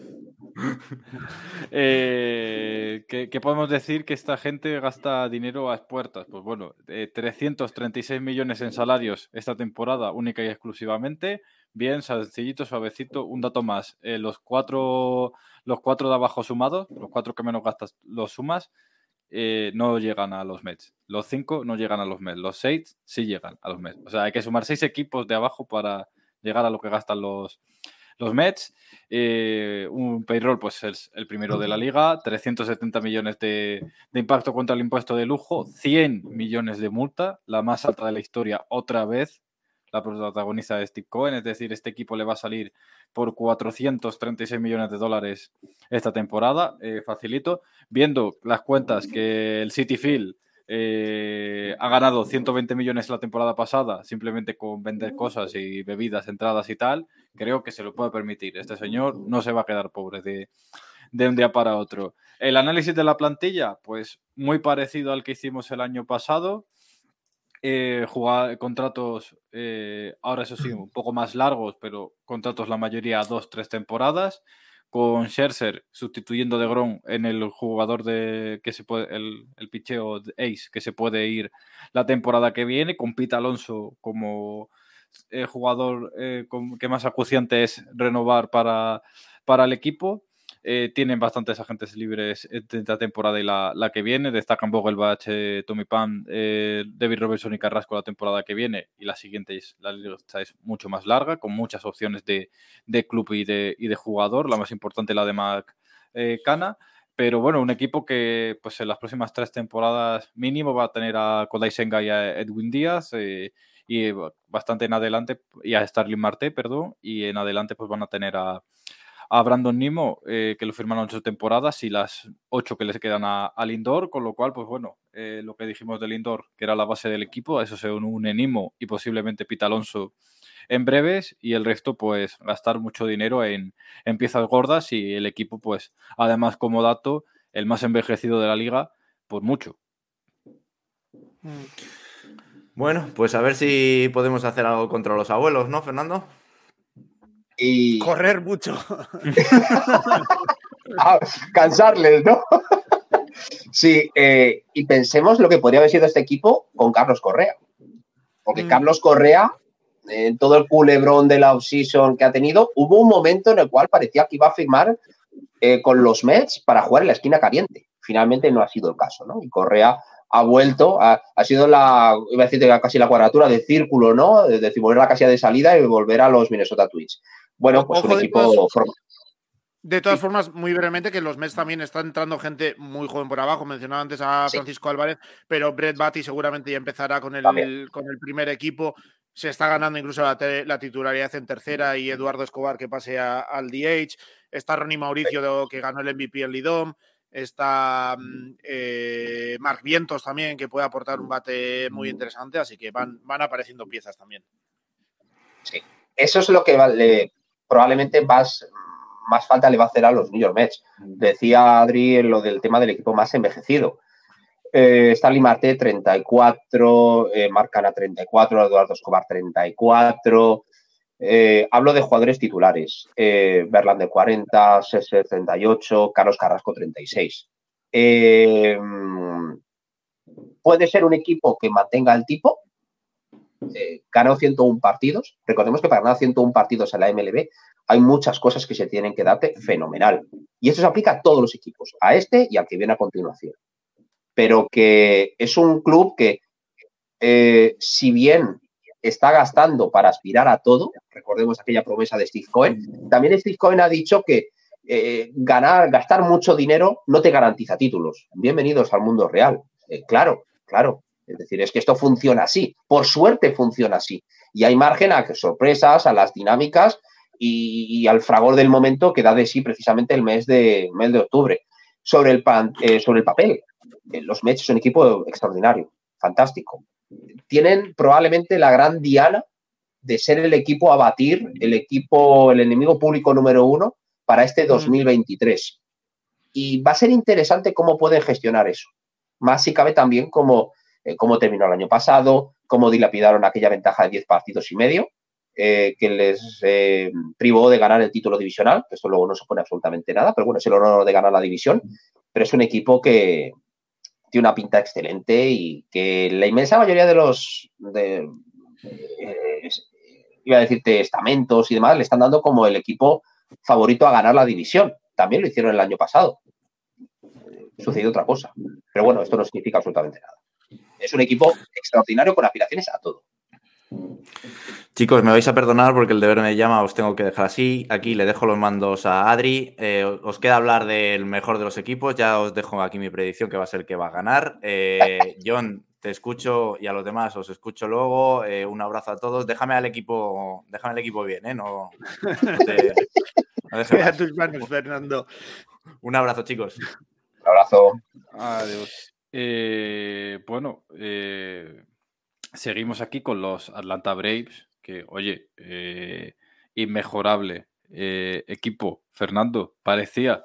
¿Qué podemos decir? Que esta gente gasta dinero a expuertas. Pues bueno, 336 millones en salarios esta temporada, única y exclusivamente. Bien, sencillito, suavecito. Un dato más: los cuatro de abajo sumados, los 4 que menos gastas, los sumas. No llegan a los Mets. Los 5 no llegan a los Mets. Los 6 sí llegan a los Mets. O sea, hay que sumar 6 equipos de abajo para llegar a lo que gastan los Mets. Un payroll, pues es el primero de la liga. 370 millones de impacto contra el impuesto de lujo. 100 millones de multa, la más alta de la historia otra vez. La protagonista de Steve Cohen, es decir, este equipo le va a salir por 436 millones de dólares esta temporada, facilito. Viendo las cuentas que el Citi Field ha ganado 120 millones la temporada pasada simplemente con vender cosas y bebidas, entradas y tal, creo que se lo puede permitir. Este señor no se va a quedar pobre de un día para otro. El análisis de la plantilla, pues muy parecido al que hicimos el año pasado. Jugar contratos, ahora eso sí, un poco más largos, pero contratos la mayoría 2-3 temporadas, con Scherzer sustituyendo de Grom en el jugador que se puede, el picheo ace que se puede ir la temporada que viene, con Pete Alonso como jugador que más acuciante es renovar para el equipo. Tienen bastantes agentes libres de esta temporada y la que viene. Destacan Vogelbach, Tommy Pham, David Robertson y Carrasco la temporada que viene. Y la siguiente la lista es mucho más larga, con muchas opciones de club y de jugador. La más importante, la de Mark Canha. Pero bueno, un equipo que pues en las próximas 3 temporadas mínimo va a tener a Kodai Senga y a Edwin Díaz. Y bastante en adelante, y a Starling Marte, perdón. Y en adelante pues van a tener a Brandon Nimmo, que lo firmaron 8 temporadas y las 8 que les quedan a Lindor, con lo cual, pues bueno, lo que dijimos de Lindor, que era la base del equipo, a eso se une Nimmo y posiblemente Pete Alonso en breves, y el resto, pues gastar mucho dinero en piezas gordas, y el equipo, pues además, como dato, el más envejecido de la liga, por mucho. Bueno, pues a ver si podemos hacer algo contra los abuelos, ¿no, Fernando? Y correr mucho. Cansarles, ¿no? Sí, y pensemos lo que podría haber sido este equipo con Carlos Correa. Porque Carlos Correa, en todo el culebrón de la offseason que ha tenido, hubo un momento en el cual parecía que iba a firmar con los Mets para jugar en la esquina caliente. Finalmente no ha sido el caso, ¿no? Y Correa ha vuelto, ha sido iba a decir casi la cuadratura del círculo, ¿no? Es decir, volver a la casilla de salida y volver a los Minnesota Twins. Bueno, pues un equipo... De todas formas, muy brevemente, que los Mets también están entrando gente muy joven por abajo. Mencionaba antes a Francisco Álvarez, pero Brett Baty seguramente ya empezará con el primer equipo. Se está ganando incluso la titularidad en tercera, y Eduardo Escobar que pase al DH. Está Ronnie Mauricio, que ganó el MVP en Lidom. Está Mark Vientos también, que puede aportar un bate muy interesante. Así que van apareciendo piezas también. Sí, eso es lo que probablemente más falta le va a hacer a los New York Mets. Decía Adri en lo del tema del equipo más envejecido. Starling Marte 34, Mark Canha 34, Eduardo Escobar 34. Hablo de jugadores titulares. Verlander 40, Scherzer 38, Carlos Carrasco 36. Puede ser un equipo que mantenga el tipo. Ganó 101 partidos. Recordemos que para ganar 101 partidos en la MLB hay muchas cosas que se tienen que darte fenomenal. Y eso se aplica a todos los equipos, a este y al que viene a continuación. Pero que es un club que, si bien está gastando para aspirar a todo, recordemos aquella promesa de Steve Cohen, también Steve Cohen ha dicho que gastar mucho dinero no te garantiza títulos. Bienvenidos al mundo real. Claro. Es decir, es que esto funciona así. Por suerte funciona así. Y hay margen a sorpresas, a las dinámicas y al fragor del momento que da de sí precisamente el mes de octubre. Sobre el papel, los Mets son un equipo extraordinario, fantástico. Tienen probablemente la gran diana de ser el equipo a batir, el enemigo público número 1 para este 2023. Y va a ser interesante cómo pueden gestionar eso. Más si cabe también cómo terminó el año pasado, cómo dilapidaron aquella ventaja de 10 partidos y medio, que les privó de ganar el título divisional, que esto luego no supone absolutamente nada, pero bueno, es el honor de ganar la división, pero es un equipo que tiene una pinta excelente y que la inmensa mayoría de los iba a decirte estamentos y demás, le están dando como el equipo favorito a ganar la división. También lo hicieron el año pasado. Sucedió otra cosa. Pero bueno, esto no significa absolutamente nada. Es un equipo extraordinario con aspiraciones a todo. Chicos, me vais a perdonar porque el deber me llama, os tengo que dejar así. Aquí le dejo los mandos a Adri. Os queda hablar del mejor de los equipos. Ya os dejo aquí mi predicción, que va a ser el que va a ganar. John, te escucho y a los demás os escucho luego. Un abrazo a todos. Déjame al equipo bien, ¿eh? No Queda tus manos, Fernando. Un abrazo, chicos. Un abrazo. Adiós. Seguimos aquí con los Atlanta Braves, que, oye, inmejorable equipo, Fernando, parecía.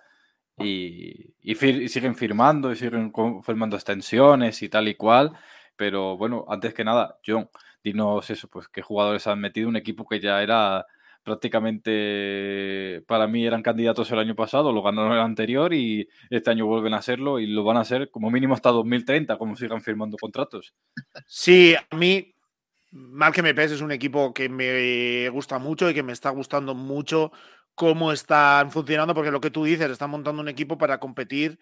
Y siguen firmando y siguen firmando extensiones y tal y cual. Pero bueno, antes que nada, John, dinos eso, pues qué jugadores han metido un equipo que ya era prácticamente, para mí eran candidatos el año pasado, lo ganaron el anterior y este año vuelven a serlo y lo van a ser como mínimo hasta 2030, como sigan firmando contratos. Sí, a mí, mal que me pese, es un equipo que me gusta mucho y que me está gustando mucho cómo están funcionando, porque lo que tú dices, están montando un equipo para competir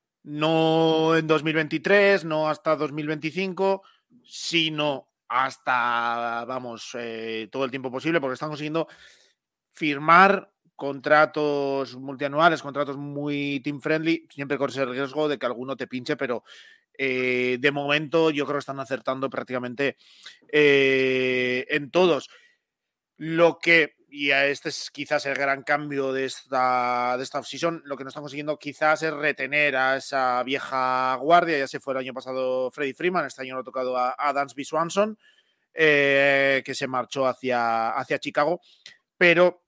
no en 2023, no hasta 2025, sino hasta, todo el tiempo posible, porque están consiguiendo firmar contratos multianuales, contratos muy team friendly, siempre con ese riesgo de que alguno te pinche, pero de momento yo creo que están acertando prácticamente en todos. Lo que, y este es quizás el gran cambio de esta offseason, lo que no están consiguiendo quizás es retener a esa vieja guardia. Ya se fue el año pasado Freddie Freeman, este año lo ha tocado a Dansby Swanson, que se marchó hacia Chicago, pero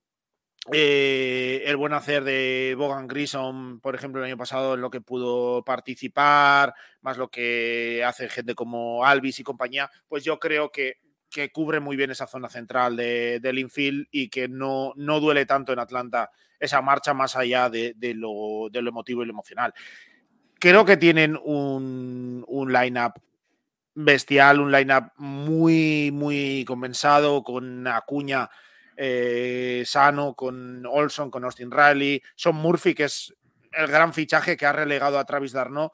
el buen hacer de Bogan Grissom, por ejemplo, el año pasado, en lo que pudo participar, más lo que hace gente como Alvis y compañía, pues yo creo que cubre muy bien esa zona central del infield y que no duele tanto en Atlanta esa marcha más allá de lo emotivo y lo emocional. Creo que tienen un line-up bestial, un line-up muy, muy compensado, con Acuña sano, con Olson, con Austin Riley, Sean Murphy, que es el gran fichaje que ha relegado a Travis d'Arnaud.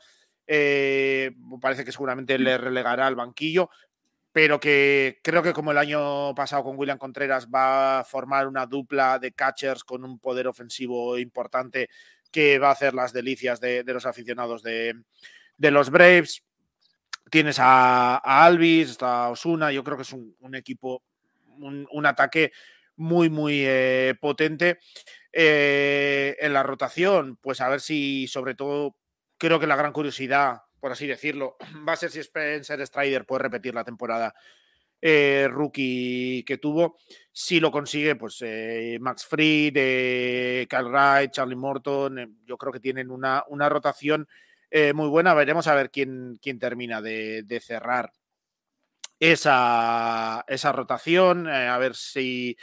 Parece que seguramente le relegará al banquillo, pero que creo que como el año pasado con William Contreras va a formar una dupla de catchers con un poder ofensivo importante que va a hacer las delicias de los aficionados de los Braves. Tienes a Alvis, está Osuna, yo creo que es un equipo, un ataque muy, muy potente. En la rotación, pues a ver si, sobre todo, creo que la gran curiosidad, por así decirlo, va a ser si Spencer Strider puede repetir la temporada rookie que tuvo. Si lo consigue, pues Max Fried, Kyle Wright, Charlie Morton, yo creo que tienen una rotación muy buena. Veremos a ver quién termina de cerrar esa rotación, a ver si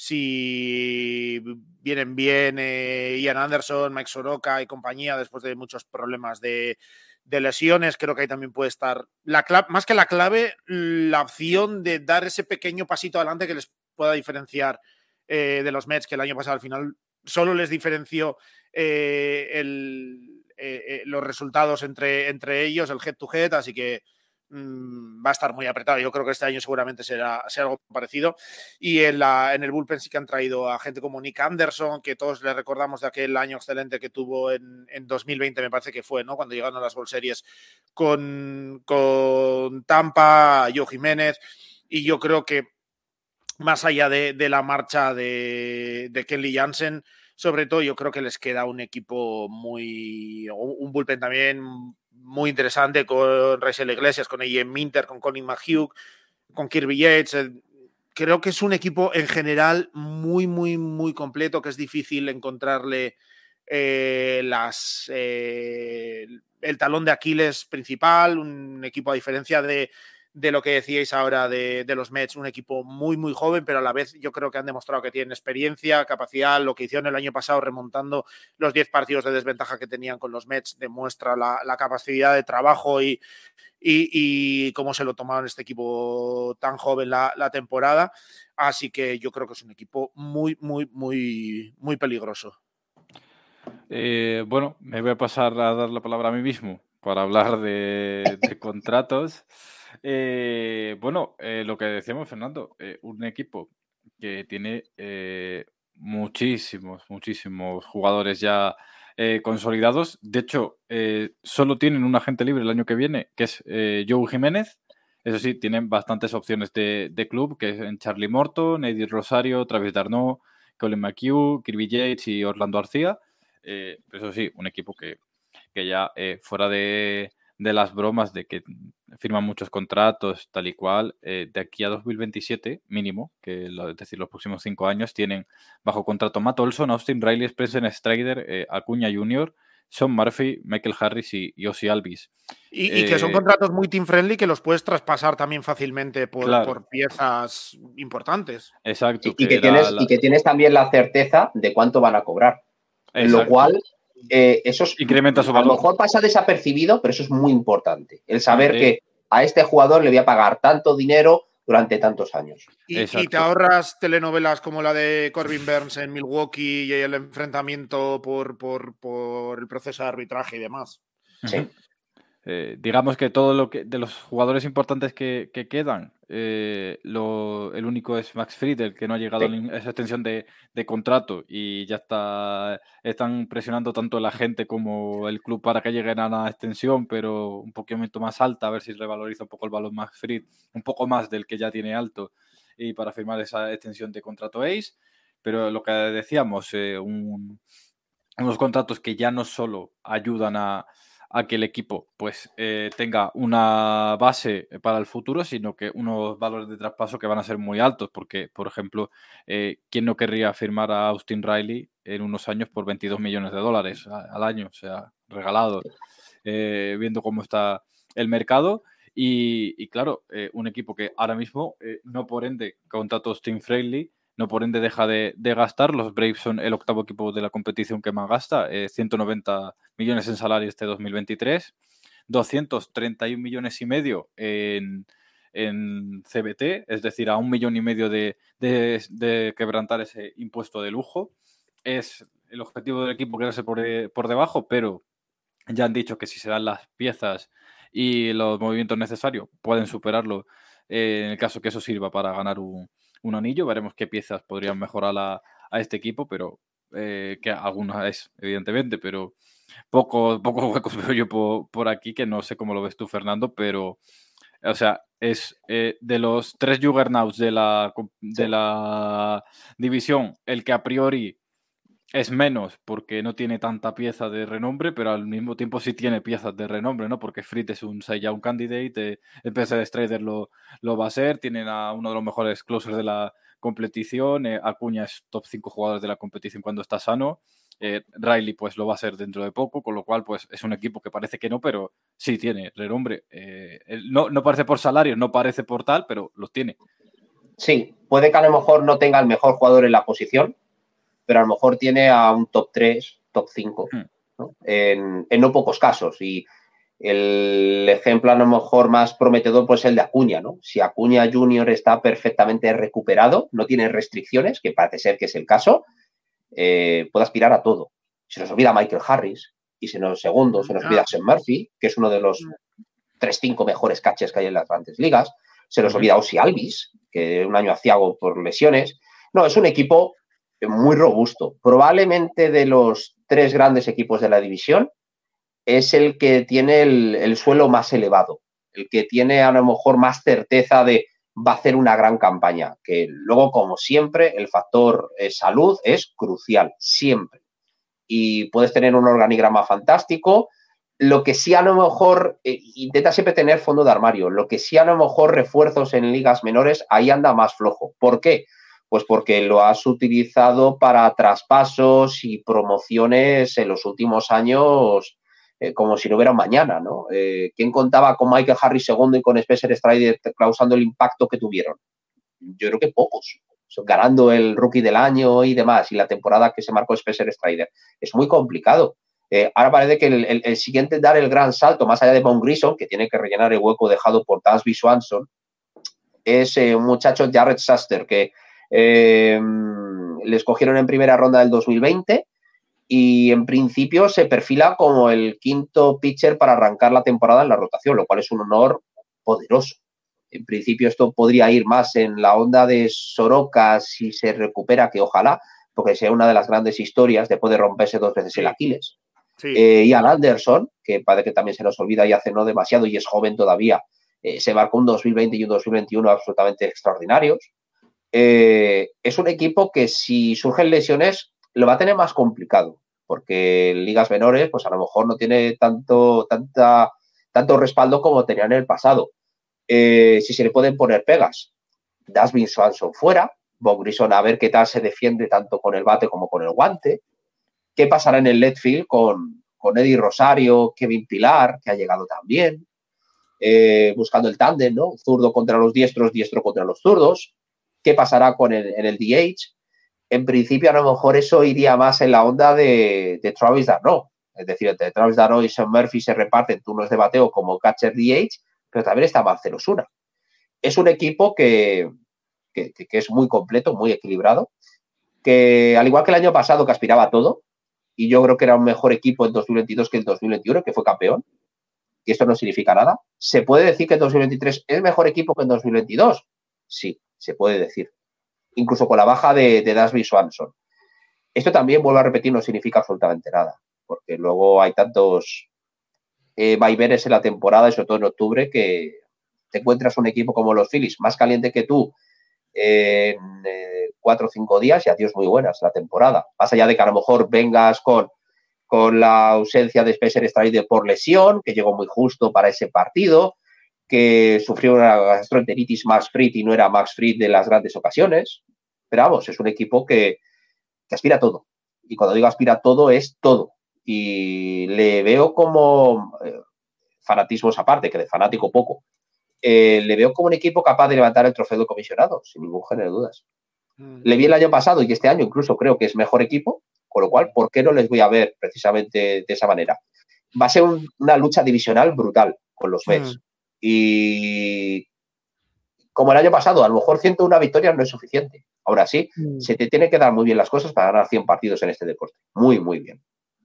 vienen bien Ian Anderson, Mike Soroka y compañía después de muchos problemas de lesiones. Creo que ahí también puede estar más que la clave, la opción de dar ese pequeño pasito adelante que les pueda diferenciar de los Mets, que el año pasado al final solo les diferenció los resultados entre ellos, el head to head, así que va a estar muy apretado. Yo creo que este año seguramente será algo parecido. Y en el bullpen sí que han traído a gente como Nick Anderson, que todos le recordamos de aquel año excelente que tuvo en 2020, me parece que fue, ¿no? Cuando llegaron a las World Series con Tampa, Joe Jiménez. Y yo creo que más allá de la marcha de Kenley Jansen, sobre todo yo creo que les queda un equipo un bullpen también muy interesante con Raizel Iglesias, con A.J. Minter, con Colin McHugh, con Kirby Yates. Creo que es un equipo en general muy, muy, muy completo, que es difícil encontrarle el talón de Aquiles principal, un equipo a diferencia de lo que decíais ahora de los Mets, un equipo muy, muy joven, pero a la vez yo creo que han demostrado que tienen experiencia, capacidad. Lo que hicieron el año pasado remontando los 10 partidos de desventaja que tenían con los Mets demuestra la capacidad de trabajo y cómo se lo tomaron este equipo tan joven la temporada. Así que yo creo que es un equipo muy, muy, muy, muy peligroso. Bueno, me voy a pasar a dar la palabra a mí mismo para hablar de contratos. Lo que decíamos, Fernando, un equipo que tiene muchísimos jugadores ya consolidados. De hecho, solo tienen un agente libre el año que viene, que es Joe Jiménez. Eso sí, tienen bastantes opciones de club, que es en Charlie Morton, Eddie Rosario, Travis d'Arnaud, Colin McHugh, Kirby Yates y Orlando Arcia. Eso sí, un equipo que ya fuera de las bromas de que firman muchos contratos, tal y cual, de aquí a 2027 mínimo, es decir, los próximos 5 años, tienen bajo contrato Matt Olson, Austin Riley, Spencer Strider, Acuña Jr., Sean Murphy, Michael Harris y Ozzie Albies. Y que son contratos muy team friendly que los puedes traspasar también fácilmente por piezas importantes. Exacto. Y que tienes también la certeza de cuánto van a cobrar. Exacto. Lo cual, eso es, incrementa su valor. A lo mejor pasa desapercibido, pero eso es muy importante. El saber que a este jugador le voy a pagar tanto dinero durante tantos años. Y te ahorras telenovelas como la de Corbin Burns en Milwaukee y el enfrentamiento por el proceso de arbitraje y demás. Sí. Digamos que todo lo que de los jugadores importantes que quedan, el único es Max Fried, el que no ha llegado a esa extensión de contrato y ya están presionando tanto la gente como el club para que lleguen a la extensión, pero un poquito más alta, a ver si revaloriza un poco el valor Max Fried, un poco más del que ya tiene alto, y para firmar esa extensión de contrato Ace. Pero lo que decíamos, unos contratos que ya no solo ayudan a que el equipo pues tenga una base para el futuro, sino que unos valores de traspaso que van a ser muy altos, porque, por ejemplo, ¿quién no querría firmar a Austin Riley en unos años por $22 millones al año? O sea, regalado, viendo cómo está el mercado. Y claro, un equipo que ahora mismo no por ende contratos team friendly, no por ende deja de gastar. Los Braves son el 8º equipo de la competición que más gasta, 190 millones en salario este 2023, 231 millones y medio en CBT, es decir, a 1,5 millones de quebrantar ese impuesto de lujo. Es el objetivo del equipo quedarse por debajo, pero ya han dicho que si se dan las piezas y los movimientos necesarios pueden superarlo, en el caso que eso sirva para ganar un anillo. Veremos qué piezas podrían mejorar a este equipo, pero que algunas es, evidentemente, pero pocos huecos veo yo por aquí, que no sé cómo lo ves tú, Fernando, pero o sea, es de los 3 juggernauts de la división, el que a priori es menos porque no tiene tanta pieza de renombre, pero al mismo tiempo sí tiene piezas de renombre, ¿no? Porque Fried es un Cy Young candidate, el PSV Strider lo va a ser, tienen a uno de los mejores closers de la competición, Acuña es top 5 jugadores de la competición cuando está sano, Riley pues lo va a ser dentro de poco, con lo cual pues es un equipo que parece que no, pero sí tiene renombre. No parece por salario, no parece por tal, pero los tiene. Sí, puede que a lo mejor no tenga el mejor jugador en la posición, pero a lo mejor tiene a un top 3, top 5, ¿no? En no pocos casos. Y el ejemplo a lo mejor más prometedor pues es el de Acuña, ¿no? Si Acuña Jr. está perfectamente recuperado, no tiene restricciones, que parece ser que es el caso, puede aspirar a todo. Se nos olvida Michael Harris y se nos olvida Sean Murphy, que es uno de los 3-5 mejores catchers que hay en las grandes ligas. Se nos olvida Ozzy Albies, que un año aciago por lesiones. No, es un equipo muy robusto. Probablemente de los 3 grandes equipos de la división es el que tiene el suelo más elevado, el que tiene a lo mejor más certeza de va a hacer una gran campaña, que luego, como siempre, el factor salud es crucial, siempre. Y puedes tener un organigrama fantástico. Lo que sí a lo mejor, intenta siempre tener fondo de armario, lo que sí a lo mejor refuerzos en ligas menores, ahí anda más flojo. ¿Por qué? Pues porque lo has utilizado para traspasos y promociones en los últimos años como si no hubiera mañana, ¿no? ¿Quién contaba con Michael Harris segundo y con Spencer Strider causando el impacto que tuvieron? Yo creo que pocos. Ganando el rookie del año y demás, y la temporada que se marcó Spencer Strider. Es muy complicado. Ahora parece que el siguiente dar el gran salto, más allá de Vaughn Grissom, que tiene que rellenar el hueco dejado por Dansby Swanson, es un muchacho, Jared Shuster, que le escogieron en primera ronda del 2020 y en principio se perfila como el quinto pitcher para arrancar la temporada en la rotación, lo cual es un honor poderoso. En principio esto podría ir más en la onda de Soroka si se recupera, que ojalá, porque sea una de las grandes historias después de romperse 2 veces el Aquiles. Sí. Ian Anderson, que parece que también se nos olvida y hace no demasiado y es joven todavía, se marcó un 2020 y un 2021 absolutamente extraordinarios. Es un equipo que si surgen lesiones lo va a tener más complicado, porque en ligas menores pues a lo mejor no tiene tanto respaldo como tenía en el pasado. Si se le pueden poner pegas, Dansby Swanson fuera, Vaughn Grissom a ver qué tal se defiende tanto con el bate como con el guante. ¿Qué pasará en el left field con Eddie Rosario, Kevin Pilar, que ha llegado también? Buscando el tándem, ¿no? Zurdo contra los diestros, diestro contra los zurdos. ¿Qué pasará en el DH? En principio, a lo mejor eso iría más en la onda de Travis d'Arnaud. Es decir, entre Travis d'Arnaud y Sean Murphy se reparten turnos de bateo como catcher DH, pero también está Marcell Ozuna. Es un equipo que es muy completo, muy equilibrado, que al igual que el año pasado que aspiraba a todo, y yo creo que era un mejor equipo en 2022 que en 2021, que fue campeón, y esto no significa nada. ¿Se puede decir que en 2023 es mejor equipo que en 2022? Sí, se puede decir. Incluso con la baja de Dansby Swanson. Esto también, vuelvo a repetir, no significa absolutamente nada, porque luego hay tantos vaivenes en la temporada, y sobre todo en octubre, que te encuentras un equipo como los Phillies, más caliente que tú, en 4 o 5 días y adiós muy buenas la temporada. Más allá de que a lo mejor vengas con la ausencia de Spencer Strider por lesión, que llegó muy justo para ese partido, que sufrió una gastroenteritis Max Fried y no era Max Fried de las grandes ocasiones. Pero vamos, es un equipo que aspira a todo. Y cuando digo aspira a todo, es todo. Y le veo como, fanatismos aparte, que de fanático poco, le veo como un equipo capaz de levantar el trofeo de comisionado, sin ningún género de dudas. Le vi el año pasado y este año incluso creo que es mejor equipo, con lo cual, ¿por qué no les voy a ver precisamente de esa manera? Va a ser una lucha divisional brutal con los Mets. Y como el año pasado, a lo mejor 101 victorias no es suficiente. Ahora sí, se te tiene que dar muy bien las cosas para ganar 100 partidos en este deporte. Muy, muy bien.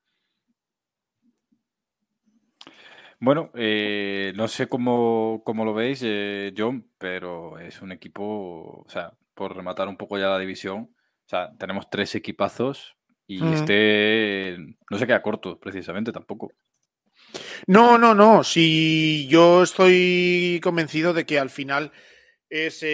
Bueno, no sé cómo lo veis, John, pero es un equipo, o sea, por rematar un poco ya la división, o sea, tenemos 3 equipazos y este no se queda corto, precisamente, tampoco. No. Sí, yo estoy convencido de que al final es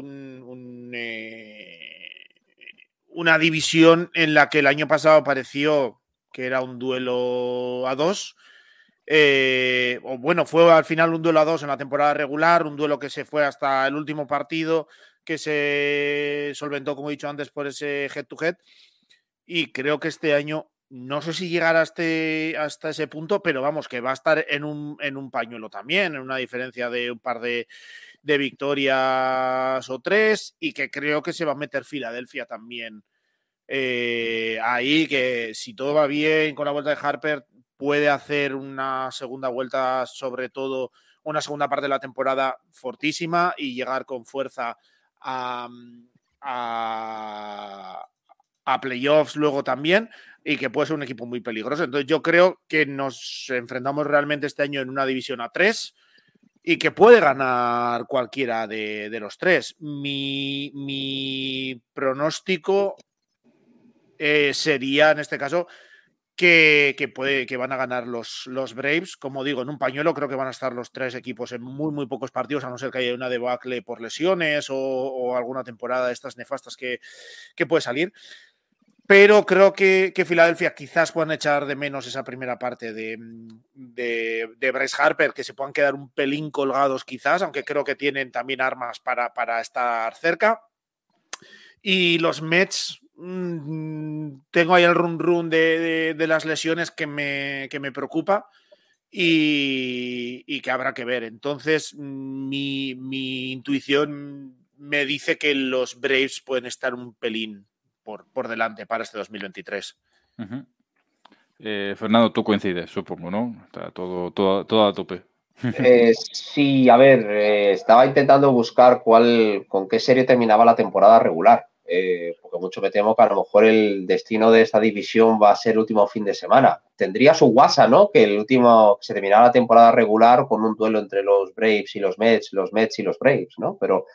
una división en la que el año pasado pareció que era un duelo a 2. O bueno, fue al final un duelo a 2 en la temporada regular, un duelo que se fue hasta el último partido, que se solventó, como he dicho antes, por ese head-to-head. Y creo que este año, no sé si llegará hasta ese punto, pero vamos, que va a estar en un pañuelo también, en una diferencia de un par de victorias o 3, y que creo que se va a meter Filadelfia también ahí, que si todo va bien con la vuelta de Harper, puede hacer una segunda vuelta, sobre todo una segunda parte de la temporada fortísima y llegar con fuerza a playoffs luego también, y que puede ser un equipo muy peligroso. Entonces yo creo que nos enfrentamos realmente este año en una división a 3, y que puede ganar cualquiera de los tres. Mi pronóstico sería, en este caso, que van a ganar los Braves. Como digo, en un pañuelo creo que van a estar los tres equipos en muy, muy pocos partidos, a no ser que haya una debacle por lesiones o alguna temporada de estas nefastas que puede salir. Pero creo que Filadelfia quizás puedan echar de menos esa primera parte de Bryce Harper, que se puedan quedar un pelín colgados quizás, aunque creo que tienen también armas para estar cerca. Y los Mets, tengo ahí el run de las lesiones que me preocupa y que habrá que ver. Entonces, mi intuición me dice que los Braves pueden estar un pelín por delante para este 2023. Uh-huh. Fernando, tú coincides, supongo, ¿no? Está todo a tope. Sí, a ver, estaba intentando buscar con qué serie terminaba la temporada regular, porque mucho me temo que a lo mejor el destino de esta división va a ser el último fin de semana. Tendría su guasa, ¿no? Que se terminara la temporada regular con un duelo entre los Braves y los Mets y los Braves, ¿no? Pero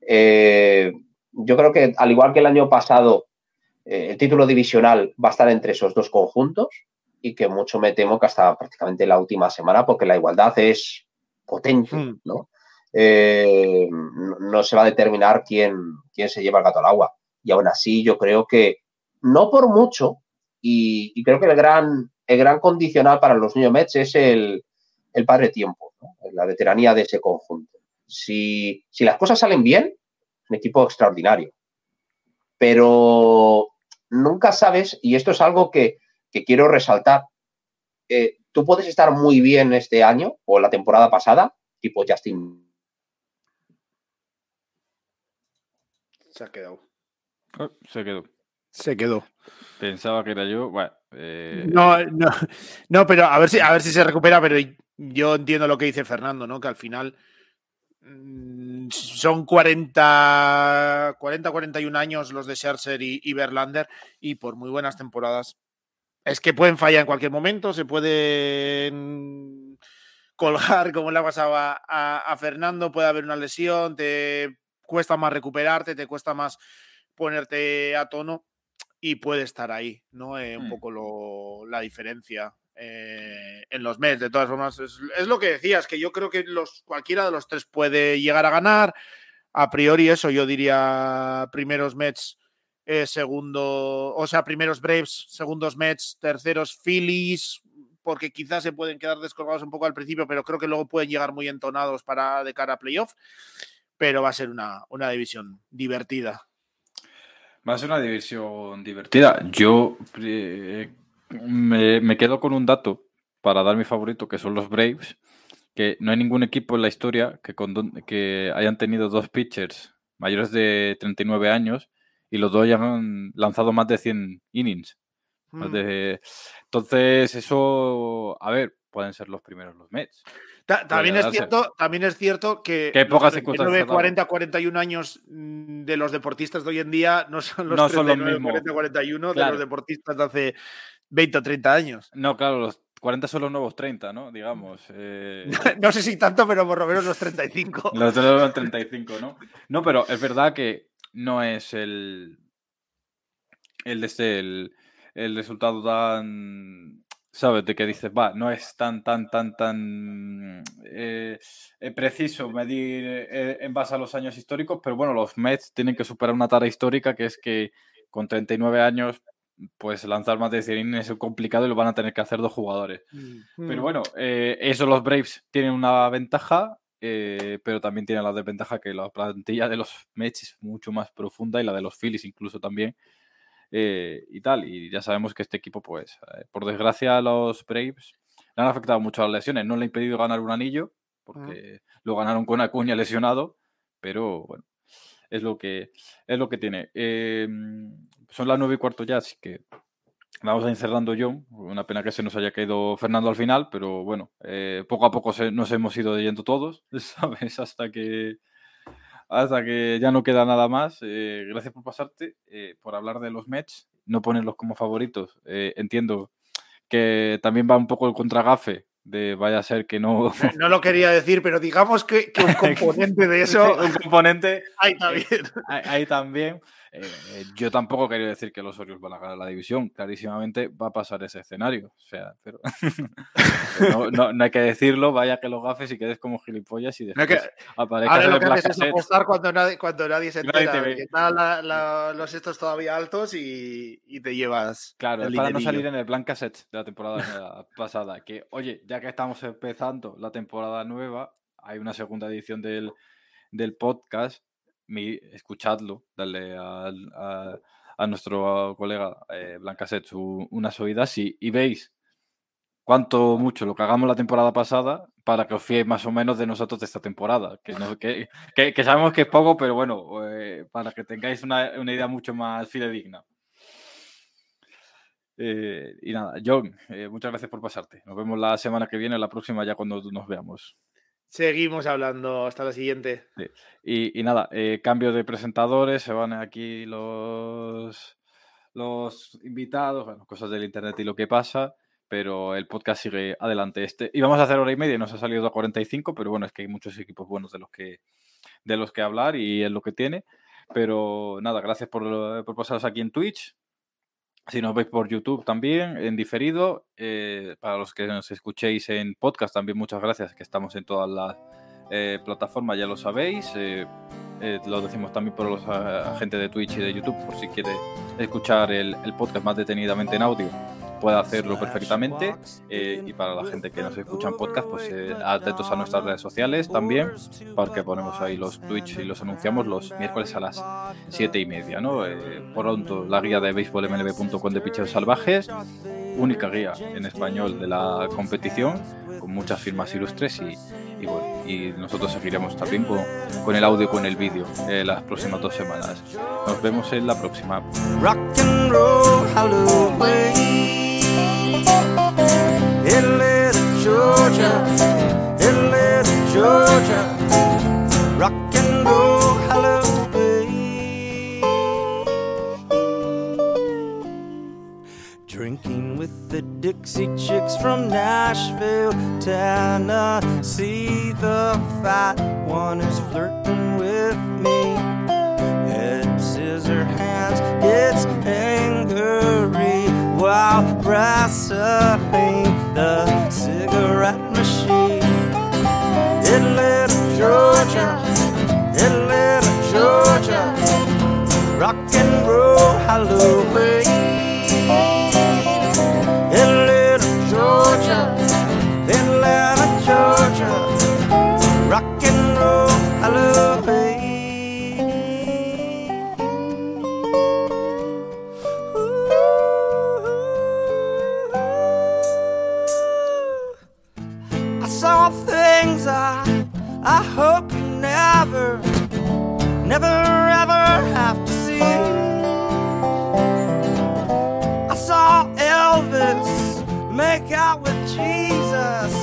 yo creo que, al igual que el año pasado, el título divisional va a estar entre esos dos conjuntos y que mucho me temo que hasta prácticamente la última semana, porque la igualdad es potente, ¿no? No se va a determinar quién se lleva el gato al agua. Y aún así yo creo que, no por mucho, y creo que el gran condicional para los New Mets es el padre tiempo, ¿no? La veteranía de ese conjunto. Si las cosas salen bien, un equipo extraordinario. Pero nunca sabes, y esto es algo que quiero resaltar, tú puedes estar muy bien este año o la temporada pasada, tipo Justin. Se ha quedado. Se quedó. Pensaba que era yo. Bueno, No, pero a ver si se recupera, pero yo entiendo lo que dice Fernando, ¿no? Que al final son 41 años los de Scherzer y Verlander, y por muy buenas temporadas es que pueden fallar en cualquier momento, se pueden colgar como le ha pasado a Fernando, puede haber una lesión, te cuesta más recuperarte, te cuesta más ponerte a tono y puede estar ahí, ¿no? Un poco la diferencia en los Mets. De todas formas, es lo que decías, que yo creo que cualquiera de los tres puede llegar a ganar. A priori eso, yo diría primeros Mets, primeros Braves, segundos Mets, terceros Phillies, porque quizás se pueden quedar descolgados un poco al principio, pero creo que luego pueden llegar muy entonados de cara a playoff. Pero va a ser una división divertida. Va a ser una división divertida. Yo me quedo con un dato para dar mi favorito, que son los Braves, que no hay ningún equipo en la historia que hayan tenido dos pitchers mayores de 39 años y los dos hayan lanzado más de 100 innings. Entonces, eso, a ver, pueden ser los primeros los Mets. También es cierto que pocas los 39, 40, 41 años de los deportistas de hoy en día no son los 39, 40, 41 claro, de los deportistas de hace 20 o 30 años. No, claro, los 40 son los nuevos 30, ¿no? Digamos. No sé si tanto, pero por lo menos los 35. Los nuevos 35, ¿no? No, pero es verdad que no es el resultado tan... ¿Sabes? De que dices, no es tan preciso medir en base a los años históricos, pero bueno, los Mets tienen que superar una tara histórica, que es que con 39 años, pues lanzar más de 100 innings es complicado y lo van a tener que hacer dos jugadores. Pero bueno, eso los Braves tienen una ventaja, pero también tienen la desventaja que la plantilla de los Mets es mucho más profunda y la de los Phillies incluso también. Y tal, y ya sabemos que este equipo, pues, por desgracia, a los Braves le han afectado mucho las lesiones. No le ha impedido ganar un anillo, porque lo ganaron con Acuña lesionado, pero bueno, es lo que tiene. Son las 9:15 ya, así que vamos a ir cerrando yo. Una pena que se nos haya caído Fernando al final, pero bueno, poco a poco nos hemos ido yendo todos, ¿sabes? Hasta que ya no queda nada más. Gracias por pasarte, por hablar de los Mets, no ponerlos como favoritos. Entiendo que también va un poco el contragafe de vaya a ser que no... No lo quería decir, pero digamos que un componente de eso... un componente... Ahí también. Ahí también. Yo tampoco quería decir que los Orioles van a ganar la división. Clarísimamente va a pasar ese escenario. O sea, pero no hay que decirlo. Vaya que lo gafes y quedes como gilipollas y después aparezca. Ahora lo que haces es apostar cuando nadie se entera. Que están los estos todavía altos y te llevas. Claro, es para no salir en el blank cassette de la temporada pasada. Que, oye, ya que estamos empezando la temporada nueva, hay una segunda edición del podcast. Escuchadlo, darle a nuestro colega Blancasset unas oídas y veis cuánto mucho lo que hagamos la temporada pasada para que os fiéis más o menos de nosotros de esta temporada, que sabemos que es poco, pero bueno, para que tengáis una idea mucho más fidedigna. Y nada, John, muchas gracias por pasarte. Nos vemos la semana que viene, la próxima ya cuando nos veamos. Seguimos hablando, hasta la siguiente. Sí. Y nada, cambio de presentadores, se van aquí los invitados, bueno, cosas del internet y lo que pasa, pero el podcast sigue adelante. Íbamos a hacer 1:30 y nos ha salido a 45, pero bueno, es que hay muchos equipos buenos de los que hablar y es lo que tiene. Pero nada, gracias por pasaros aquí en Twitch. Si nos veis por YouTube también, en diferido, para los que nos escuchéis en podcast también muchas gracias, que estamos en todas las plataformas, ya lo sabéis. Lo decimos también por los agentes de Twitch y de YouTube, por si quiere escuchar el podcast más detenidamente en audio, puede hacerlo perfectamente. Y para la gente que nos escucha en podcast, pues atentos a nuestras redes sociales también, porque ponemos ahí los Twitch y los anunciamos los miércoles a las 7:30, ¿no? Pronto la guía de baseballmlb.com de picheos salvajes, única guía en español de la competición, con muchas firmas ilustres y bueno, y nosotros seguiremos también con el audio y con el vídeo las próximas 2 semanas. Nos vemos en la próxima. Rock and roll, Halloween. Atlanta, Georgia, Atlanta, Georgia. Rock and roll, Halloween. Drinking with the Dixie Chicks from Nashville, Tennessee. The fat one is flirting with me. Head, scissor hands, it's angry while wrestling the cigarette machine. Atlanta, Georgia, Atlanta, Georgia. Rock and roll, Halloween. Atlanta, Georgia, Atlanta, Georgia. Rock and roll, Halloween. I saw things I hope you never ever have to see. I saw Elvis make out with Jesus